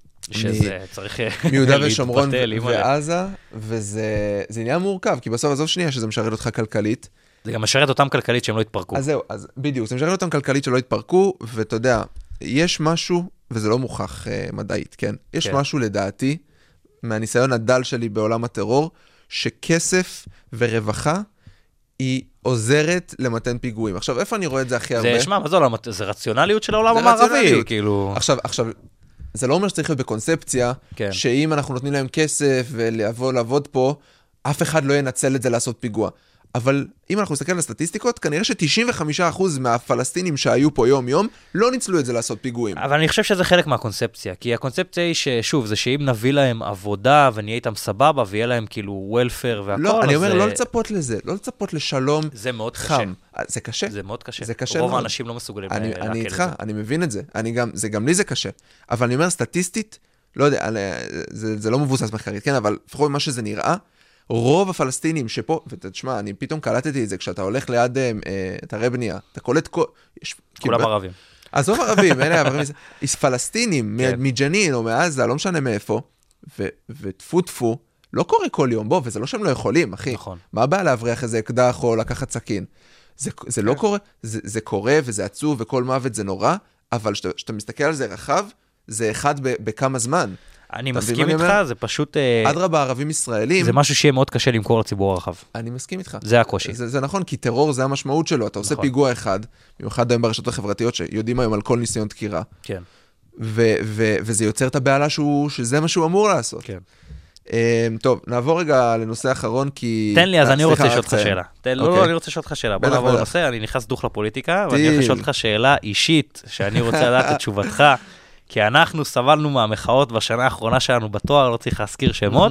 שזה מ- צריך מיהודה ושומרון ועזה, וזה זה עניין מורכב, כי בסוף עזוב שנייה שזה משרת אותך כלכלית. זה גם משרת אותם כלכלית שהם לא יתפרקו. אז זהו, אז בדיוק, זה משרת אותם כלכלית שלא יתפרקו, ואתה יודע, יש משהו, וזה לא מוכח uh, מדעית, כן? יש כן. משהו לדעתי, מהניסיון הדל שלי בעולם הטרור, שכסף ורווחה היא עוזרת למתן פיגועים. עכשיו, איפה אני רואה את זה הכי הרבה? זה, שמה, מה זה עולם? זה רציונליות של העולם המערבי, כאילו... עכשיו, עכשיו, זה לא אומר שצריך להיות בקונספציה, כן. שאם אנחנו נותנים להם כסף ולבוא לעבוד פה, אף אחד לא ינצל את זה לעשות פיגוע. אבל אם אנחנו נסתכל על הסטטיסטיקות, כנראה ש-תשעים וחמישה אחוז מהפלסטינים שהיו פה יום-יום, לא ניצלו את זה לעשות פיגועים. אבל אני חושב שזה חלק מהקונספציה, כי הקונספציה היא ששוב, זה שאם נביא להם עבודה ונהיה איתם סבבה, ויהיה להם כאילו וולפר והכל, לא, אני אומר, לא לצפות לזה, לא לצפות לשלום חם. זה מאוד קשה. זה קשה. זה מאוד קשה. זה קשה רוב מאוד. האנשים לא מסוגלים אני, להקל אני את איתך, זה. אני מבין את זה. אני גם, זה גם לי זה קשה. אבל אני אומר, סטטיסטית, לא יודע, זה, זה לא מבוסס מחקרית, כן, אבל לפחות מה שזה נראה, רוב הפלסטינים שפה, ותשמע, אני פתאום קלטתי את זה, כשאתה הולך ליד אה, אתרי בנייה, אתה קולט כל... יש, כולם כאילו, ערבים. עזוב ערבים, אלה ערבים, יש פלסטינים כן. מג'נין או מעזה, לא משנה מאיפה, ו, וטפו טפו, לא קורה כל יום, בוא, וזה לא שהם לא יכולים, אחי. נכון. מה הבעיה להבריח איזה אקדח או לקחת סכין? זה, זה לא קורה, זה, זה קורה וזה עצוב וכל מוות זה נורא, אבל כשאתה מסתכל על זה רחב, זה אחד ב, בכמה זמן. אני מסכים איתך, זה פשוט... אדרבה, ערבים ישראלים... זה משהו שיהיה מאוד קשה למכור לציבור הרחב. אני מסכים איתך. זה הקושי. זה, זה נכון, כי טרור זה המשמעות שלו. אתה עושה פיגוע אחד, במיוחד היום ברשתות החברתיות, שיודעים היום על כל ניסיון דקירה. כן. ו- ו- וזה יוצר את הבעלה שהוא, שזה מה שהוא אמור לעשות. כן. טוב, נעבור רגע לנושא האחרון, כי... תן לי, אז אני רוצה לשאול אותך שאלה. לא, לא, אני רוצה לשאול אותך שאלה. בוא נעבור לנושא, אני נכנס דוך לפוליטיקה, ואני רוצה לשאול אותך שאלה אישית, שאני רוצה לדעת את תשובתך. כי אנחנו סבלנו מהמחאות בשנה האחרונה שלנו בתואר, לא צריך להזכיר שמות.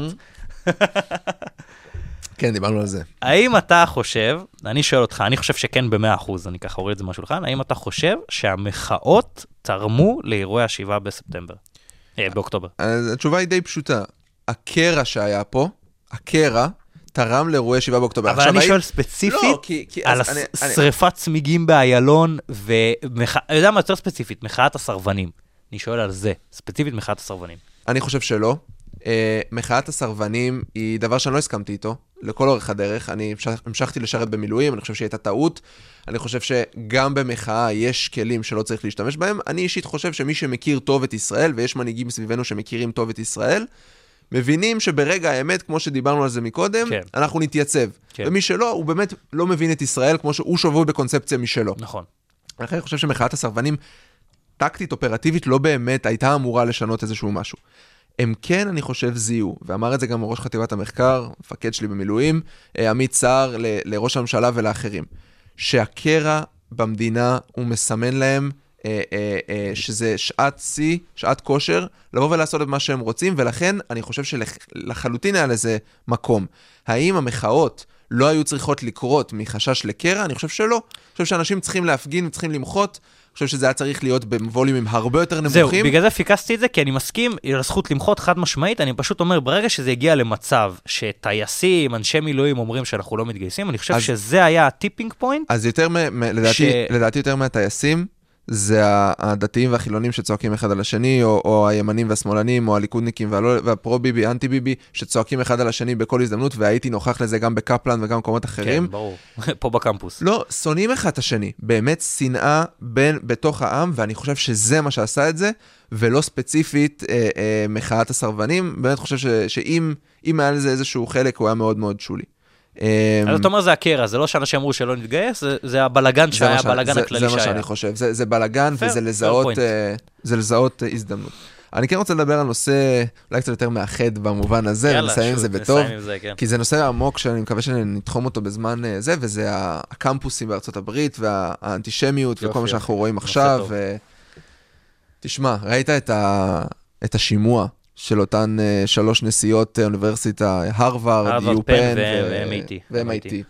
כן, דיברנו על זה. האם אתה חושב, אני שואל אותך, אני חושב שכן במאה אחוז, אני ככה אוריד את זה מהשולחן, האם אתה חושב שהמחאות תרמו לאירועי השבעה בספטמבר, באוקטובר? התשובה היא די פשוטה. הקרע שהיה פה, הקרע, תרם לאירועי שבעה באוקטובר. אבל אני שואל ספציפית על שריפת צמיגים באיילון, ואתה יודע מה יותר ספציפית, מחאת הסרבנים. אני שואל על זה, ספציפית מחאת הסרבנים. אני חושב שלא. מחאת הסרבנים היא דבר שאני לא הסכמתי איתו, לכל אורך הדרך. אני המשכתי לשרת במילואים, אני חושב שהייתה טעות. אני חושב שגם במחאה יש כלים שלא צריך להשתמש בהם. אני אישית חושב שמי שמכיר טוב את ישראל, ויש מנהיגים סביבנו שמכירים טוב את ישראל, מבינים שברגע האמת, כמו שדיברנו על זה מקודם, כן. אנחנו נתייצב. כן. ומי שלא, הוא באמת לא מבין את ישראל, כמו שהוא שבוי בקונספציה משלו. נכון. אני חושב שמחאת הסרבנים טקטית, אופרטיבית, לא באמת הייתה אמורה לשנות איזשהו משהו. הם כן, אני חושב, זיהו, ואמר את זה גם ראש חטיבת המחקר, מפקד שלי במילואים, עמית סער ל- לראש הממשלה ולאחרים, שהקרע במדינה הוא מסמן להם אה, אה, אה, שזה שעת שיא, שעת כושר, לבוא ולעשות את מה שהם רוצים, ולכן אני חושב שלחלוטין היה לזה מקום. האם המחאות לא היו צריכות לקרות מחשש לקרע? אני חושב שלא. אני חושב שאנשים צריכים להפגין, צריכים למחות, חושב שזה היה צריך להיות בווליומים הרבה יותר נמוכים. זהו, בגלל זה פיקסתי את זה, כי אני מסכים לזכות למחות חד משמעית, אני פשוט אומר, ברגע שזה הגיע למצב שטייסים, אנשי מילואים אומרים שאנחנו לא מתגייסים, אני חושב אז, שזה היה הטיפינג פוינט. אז יותר, מ- מ- לדעתי, ש... לדעתי יותר מהטייסים, זה הדתיים והחילונים שצועקים אחד על השני, או, או הימנים והשמאלנים, או הליכודניקים והפרו-ביבי, אנטי-ביבי, שצועקים אחד על השני בכל הזדמנות, והייתי נוכח לזה גם בקפלן וגם במקומות אחרים. כן, ברור. פה בקמפוס. לא, שונאים אחד את השני. באמת שנאה בין, בתוך העם, ואני חושב שזה מה שעשה את זה, ולא ספציפית אה, אה, מחאת הסרבנים. באמת חושב ש, שאם אם היה לזה איזשהו חלק, הוא היה מאוד מאוד שולי. אז אתה אומר זה הקרע, זה לא שאנשים אמרו שלא נתגייס, זה הבלגן שהיה, הבלגן הכללי שהיה. זה מה שאני חושב, זה בלגן וזה לזהות הזדמנות. אני כן רוצה לדבר על נושא אולי קצת יותר מאחד במובן הזה, ונסיים עם זה בטוב, כי זה נושא עמוק שאני מקווה שנתחום אותו בזמן זה, וזה הקמפוסים בארצות הברית והאנטישמיות וכל מה שאנחנו רואים עכשיו. תשמע, ראית את השימוע של אותן uh, שלוש נשיאות אוניברסיטה, הרווארד, יופן ו-אם איי טי.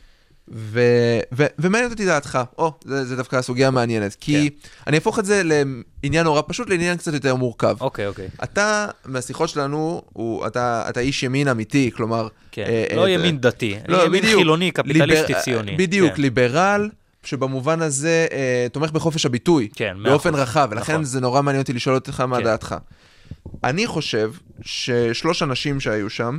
ומעניינת אותי דעתך, או, זה, זה דווקא סוגיה מעניינת, כי כן. אני אהפוך את זה לעניין נורא פשוט, לעניין קצת יותר מורכב. אוקיי, אוקיי. אתה, מהשיחות שלנו, הוא, אתה, אתה איש ימין אמיתי, כלומר... כן, אה, לא אה, ימין דתי, לא, ימין בדיוק, חילוני, קפיטליסטי ליבר, ציוני. בדיוק, כן. ליברל, שבמובן הזה אה, תומך בחופש הביטוי, כן, באופן רחב, ולכן נכון. זה נורא מעניין אותי לשאול אותך מה כן. דעתך. אני חושב ששלוש אנשים שהיו שם,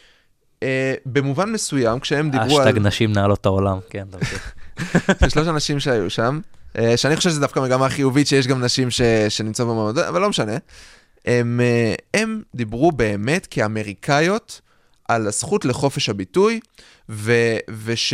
אה, במובן מסוים, כשהם דיברו על... אשטג נשים נעלות את העולם, כן, תמשיך. שלוש אנשים שהיו שם, אה, שאני חושב שזה דווקא מגמה חיובית, שיש גם נשים ש... שנמצאו במעמד, אבל לא משנה. הם, אה, הם דיברו באמת כאמריקאיות על הזכות לחופש הביטוי, ו... וש...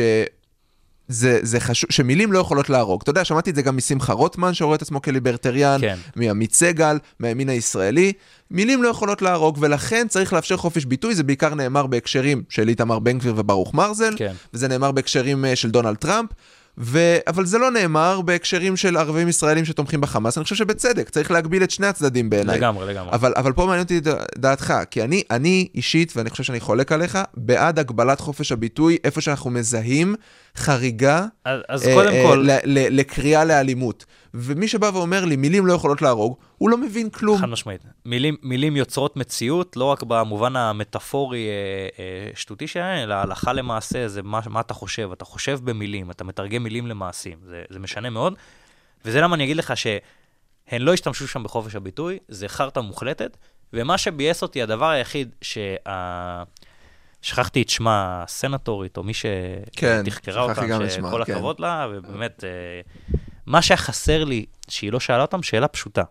זה, זה חשוב, שמילים לא יכולות להרוג. אתה יודע, שמעתי את זה גם משמחה רוטמן, שרואה את עצמו כליברטריאן, כן. מעמית סגל, מהימין הישראלי. מילים לא יכולות להרוג, ולכן צריך לאפשר חופש ביטוי. זה בעיקר נאמר בהקשרים של איתמר בן גביר וברוך מרזל, כן. וזה נאמר בהקשרים של דונלד טראמפ, ו... אבל זה לא נאמר בהקשרים של ערבים ישראלים שתומכים בחמאס. אני חושב שבצדק, צריך להגביל את שני הצדדים בעיניי. לגמרי, לגמרי. אבל, אבל פה מעניין אותי דעתך, כי אני, אני אישית, ואני חושב שאני חולק עליך, בעד הגבלת חופש הביטוי, איפה שאנחנו מזהים חריגה, אז, אז אה, קודם אה, כל... ל, ל, לקריאה לאלימות. ומי שבא ואומר לי, מילים לא יכולות להרוג, הוא לא מבין כלום. חד משמעית. מילים, מילים יוצרות מציאות, לא רק במובן המטאפורי אה, אה, שטותי שלהם, אלא הלכה למעשה, זה מה, מה אתה חושב. אתה חושב במילים, אתה מתרגם מילים למעשים. זה, זה משנה מאוד. וזה למה אני אגיד לך שהן לא השתמשו שם בחופש הביטוי, זה חרטה מוחלטת, ומה שבייס אותי, הדבר היחיד שה... שכחתי את שמה הסנטורית, או מי שתחקרה אותם, שכל הכבוד לה, ובאמת, מה שהיה חסר לי, שהיא לא שאלה אותם, שאלה פשוטה.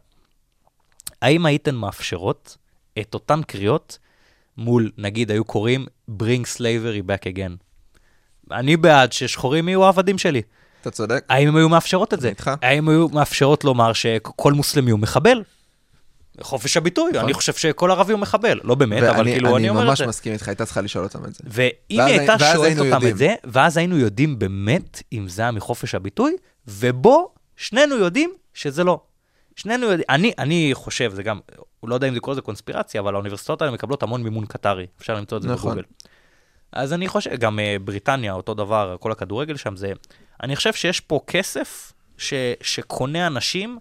האם הייתן מאפשרות את אותן קריאות מול, נגיד, היו קוראים Bring Slavery Back Again? אני בעד ששחורים יהיו העבדים שלי. אתה צודק. האם הם היו מאפשרות את זה? האם היו מאפשרות לומר שכל מוסלמי הוא מחבל? חופש הביטוי, אני חושב שכל ערבי הוא מחבל, לא באמת, אבל כאילו אני אומר את זה. אני ממש מסכים איתך, הייתה צריכה לשאול אותם את זה. ואם היא הייתה שואלת אותם את זה, ואז היינו יודעים באמת אם זה היה מחופש הביטוי, ובו שנינו יודעים שזה לא. שנינו יודעים, אני, אני חושב, זה גם, לא יודע אם זה כל זה קונספירציה, אבל האוניברסיטאות האלה מקבלות המון מימון קטרי, אפשר למצוא את זה בגוגל. אז אני חושב, גם בריטניה, אותו דבר, כל הכדורגל שם, זה, אני חושב שיש פה כסף שקונה אנשים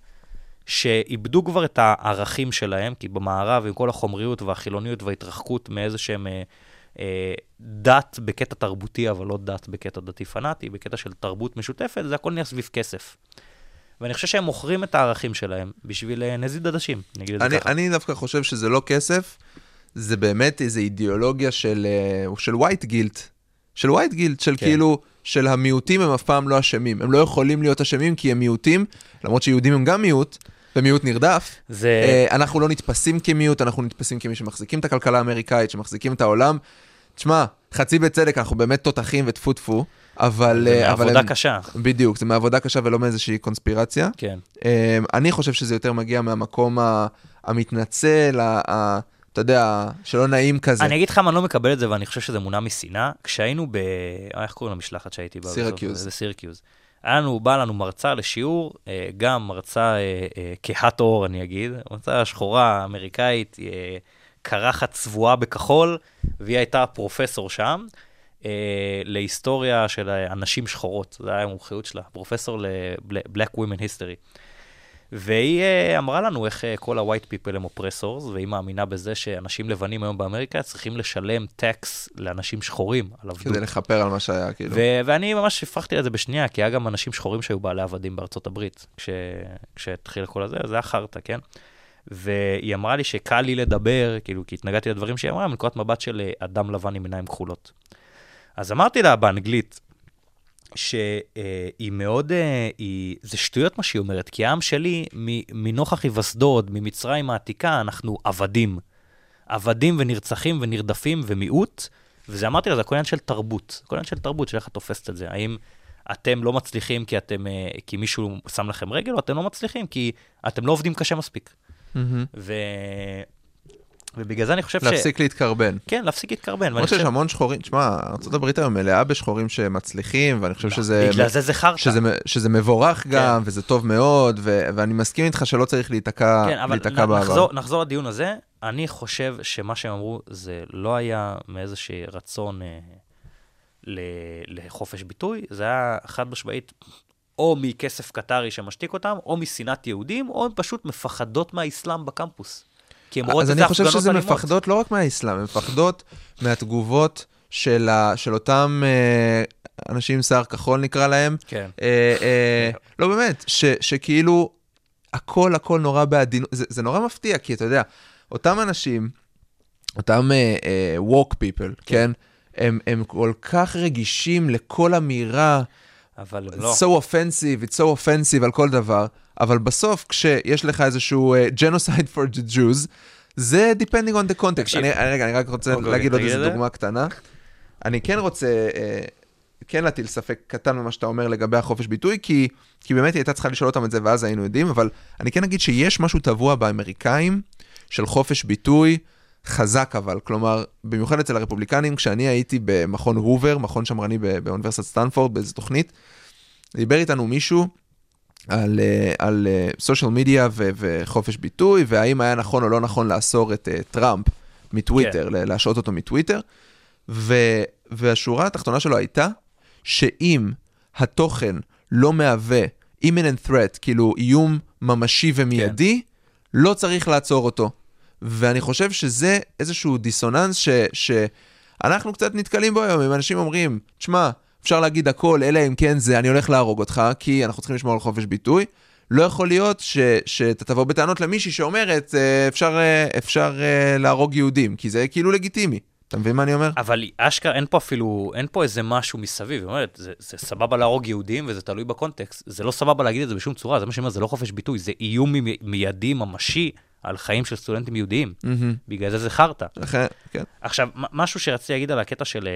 שאיבדו כבר את הערכים שלהם, כי במערב עם כל החומריות והחילוניות וההתרחקות מאיזה שהם אה, אה, דת בקטע תרבותי, אבל לא דת בקטע דתי פנאטי, בקטע של תרבות משותפת, זה הכל נהיה סביב כסף. ואני חושב שהם מוכרים את הערכים שלהם בשביל נזיד עדשים, נגיד את זה אני, ככה. אני דווקא חושב שזה לא כסף, זה באמת איזו אידיאולוגיה של, של white guilt, של white guilt, של כן. כאילו, של המיעוטים הם אף פעם לא אשמים. הם לא יכולים להיות אשמים כי הם מיעוטים, למרות שיהודים הם גם מיעוט, ומיעוט נרדף. זה... אנחנו לא נתפסים כמיעוט, אנחנו נתפסים כמי שמחזיקים את הכלכלה האמריקאית, שמחזיקים את העולם. תשמע, חצי בצדק, אנחנו באמת תותחים וטפו טפו, אבל... זה מעבודה קשה. בדיוק, זה מעבודה קשה ולא מאיזושהי קונספירציה. כן. אני חושב שזה יותר מגיע מהמקום המתנצל, אתה יודע, שלא נעים כזה. אני אגיד לך מה, אני לא מקבל את זה, ואני חושב שזה מונע משנאה. כשהיינו ב... איך קוראים למשלחת שהייתי בה? סירקיוז. זה סירקיוז. היה לנו, בא לנו מרצה לשיעור, גם מרצה כהת אור, אני אגיד, מרצה שחורה, אמריקאית, קרחת צבועה בכחול, והיא הייתה פרופסור שם, אה, להיסטוריה של אנשים שחורות, זה היה המומחיות שלה, פרופסור ל-Black Women History. והיא אה, אמרה לנו איך אה, כל ה-white people הם אופרסורס, והיא מאמינה בזה שאנשים לבנים היום באמריקה צריכים לשלם טקס לאנשים שחורים על עבדות. כדי לחפר על מה שהיה, כאילו. ו- ואני ממש הפכתי לזה בשנייה, כי היה גם אנשים שחורים שהיו בעלי עבדים בארצות הברית, כש- כשהתחיל כל הזה, זה היה חרטה, כן? והיא אמרה לי שקל לי לדבר, כאילו, כי התנגדתי לדברים שהיא אמרה, מנקודת מבט של אדם לבן עם עיניים כחולות. אז אמרתי לה באנגלית, שהיא מאוד, היא, זה שטויות מה שהיא אומרת, כי העם שלי, מנוכח היווסדות, ממצרים העתיקה, אנחנו עבדים. עבדים ונרצחים ונרדפים ומיעוט, וזה אמרתי לה, זה הכל עניין של תרבות. הכל עניין של תרבות, של איך את תופסת את זה. האם אתם לא מצליחים כי אתם, כי מישהו שם לכם רגל, או אתם לא מצליחים כי אתם לא עובדים קשה מספיק. ו... ובגלל זה אני חושב ש... להפסיק להתקרבן. כן, להפסיק להתקרבן. כמו שיש המון שחורים, תשמע, ארצות הברית היום מלאה בשחורים שמצליחים, ואני חושב שזה... בגלל זה זה חרטה. שזה מבורך גם, וזה טוב מאוד, ואני מסכים איתך שלא צריך להתעקע בעבר. נחזור לדיון הזה, אני חושב שמה שהם אמרו, זה לא היה מאיזשהו רצון לחופש ביטוי, זה היה חד משמעית, או מכסף קטרי שמשתיק אותם, או משנאת יהודים, או פשוט מפחדות מהאסלאם בקמפוס. אז אני חושב שזה מפחדות לא רק מהאסלאם, הן מפחדות מהתגובות של אותם אנשים עם שיער כחול נקרא להם. כן. לא באמת, שכאילו הכל הכל נורא בעדינות, זה נורא מפתיע, כי אתה יודע, אותם אנשים, אותם walk people, כן? הם כל כך רגישים לכל אמירה, אבל לא. so offensive, it's so offensive על כל דבר, אבל בסוף כשיש לך איזשהו uh, genocide for the Jews, זה depending on the context. אני, רגע, אני רק רוצה okay, להגיד עוד איזו דוגמה קטנה. אני כן רוצה, uh, כן להטיל ספק קטן ממה שאתה אומר לגבי החופש ביטוי, כי, כי באמת היא הייתה צריכה לשאול אותם את זה, ואז היינו יודעים, אבל אני כן אגיד שיש משהו טבוע באמריקאים של חופש ביטוי, חזק אבל, כלומר, במיוחד אצל הרפובליקנים, כשאני הייתי במכון הובר, מכון שמרני באוניברסיטת סטנפורד, באיזו תוכנית, דיבר איתנו מישהו על, על סושיאל מדיה ו- וחופש ביטוי, והאם היה נכון או לא נכון לאסור את uh, טראמפ מטוויטר, כן. להשעות אותו מטוויטר, ו- והשורה התחתונה שלו הייתה, שאם התוכן לא מהווה imminent threat, כאילו איום ממשי ומיידי, כן. לא צריך לעצור אותו. ואני חושב שזה איזשהו דיסוננס ש, שאנחנו קצת נתקלים בו היום, אם אנשים אומרים, תשמע, אפשר להגיד הכל, אלא אם כן זה, אני הולך להרוג אותך, כי אנחנו צריכים לשמור על חופש ביטוי, לא יכול להיות ש, שאתה תבוא בטענות למישהי שאומרת, אפשר, אפשר להרוג יהודים, כי זה כאילו לגיטימי. אתה מבין מה אני אומר? אבל אשכרה, אין פה אפילו, אין פה איזה משהו מסביב, זאת אומרת, זה, זה סבבה להרוג יהודים, וזה תלוי בקונטקסט, זה לא סבבה להגיד את זה בשום צורה, זה מה שאומר, זה לא חופש ביטוי, זה איום מיידי, ממשי, על חיים של סטודנטים יהודיים. בגלל זה זה חרטה. כן. עכשיו, משהו שרציתי להגיד על הקטע של...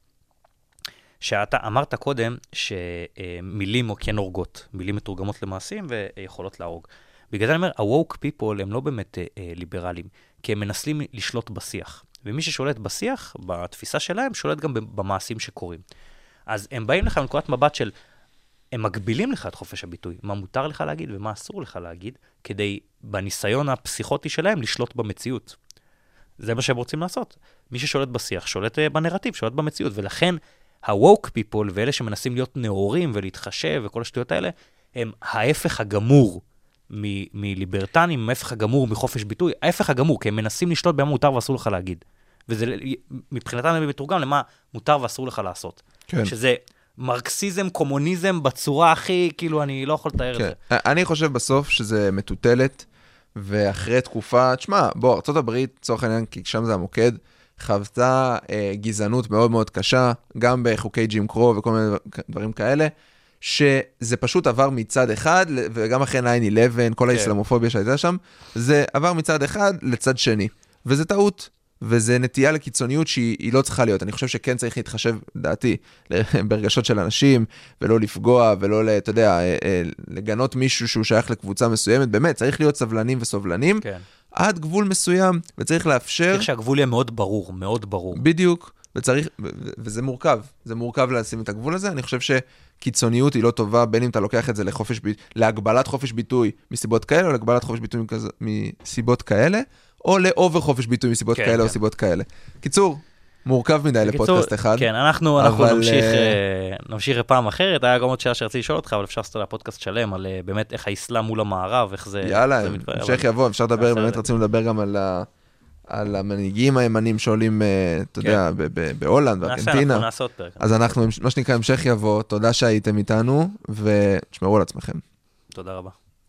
שאתה אמרת קודם שמילים או כן הורגות, מילים מתורגמות למעשים ויכולות להרוג. בגלל זה אני אומר, ה-woke people הם לא באמת ליברליים, כי הם מנסים לשלוט בשיח. ומי ששולט בשיח, בתפיסה שלהם, שולט גם במעשים שקורים. אז הם באים לך מנקודת מבט של... הם מגבילים לך את חופש הביטוי, מה מותר לך להגיד ומה אסור לך להגיד, כדי בניסיון הפסיכוטי שלהם לשלוט במציאות. זה מה שהם רוצים לעשות. מי ששולט בשיח, שולט בנרטיב, שולט במציאות, ולכן ה-woke people ואלה שמנסים להיות נאורים ולהתחשב וכל השטויות האלה, הם ההפך הגמור מ- מליברטנים, הם ההפך הגמור מחופש ביטוי, ההפך הגמור, כי הם מנסים לשלוט במה מותר ואסור לך להגיד. וזה מבחינתם הם מתורגם למה מותר ואסור לך לעשות. כן. שזה... מרקסיזם, קומוניזם, בצורה הכי, כאילו, אני לא יכול לתאר את זה. אני חושב בסוף שזה מטוטלת, ואחרי תקופה, תשמע, בוא, ארצות הברית, צורך העניין, כי שם זה המוקד, חוותה אה, גזענות מאוד מאוד קשה, גם בחוקי ג'ים קרו וכל מיני דברים כאלה, שזה פשוט עבר מצד אחד, וגם אחרי ניין אלבן, כל האסלאמופוביה שהייתה שם, זה עבר מצד אחד לצד שני, וזה טעות. וזה נטייה לקיצוניות שהיא לא צריכה להיות. אני חושב שכן צריך להתחשב, דעתי, ברגשות של אנשים, ולא לפגוע, ולא, אתה יודע, לגנות מישהו שהוא שייך לקבוצה מסוימת. באמת, צריך להיות סבלנים וסובלנים, כן. עד גבול מסוים, וצריך לאפשר... צריך שהגבול יהיה מאוד ברור, מאוד ברור. בדיוק, וצריך, וזה מורכב. זה מורכב לשים את הגבול הזה. אני חושב שקיצוניות היא לא טובה, בין אם אתה לוקח את זה לחופש, להגבלת חופש ביטוי מסיבות כאלה, או להגבלת חופש ביטוי מסיבות כאלה. או לאובר חופש ביטוי מסיבות כן, כאלה כן. או סיבות כאלה. קיצור, מורכב מדי לפודקאסט אחד. כן, אנחנו, אנחנו אבל, נמשיך, uh... נמשיך לפעם אחרת. היה גם עוד שאלה שרציתי לשאול אותך, אבל אפשר לעשות לה פודקאסט שלם על באמת איך האסלאם מול המערב, איך זה... יאללה, זה המשך יבוא, אפשר לדבר, באמת רצינו לדבר גם על, ה... על המנהיגים הימנים שעולים, אתה כן. יודע, בהולנד, בארגנטינה. נעשה עוד פרק. אז אנחנו, מה שנקרא, המשך יבוא, תודה שהייתם איתנו, ותשמרו על עצמכם. תודה רבה.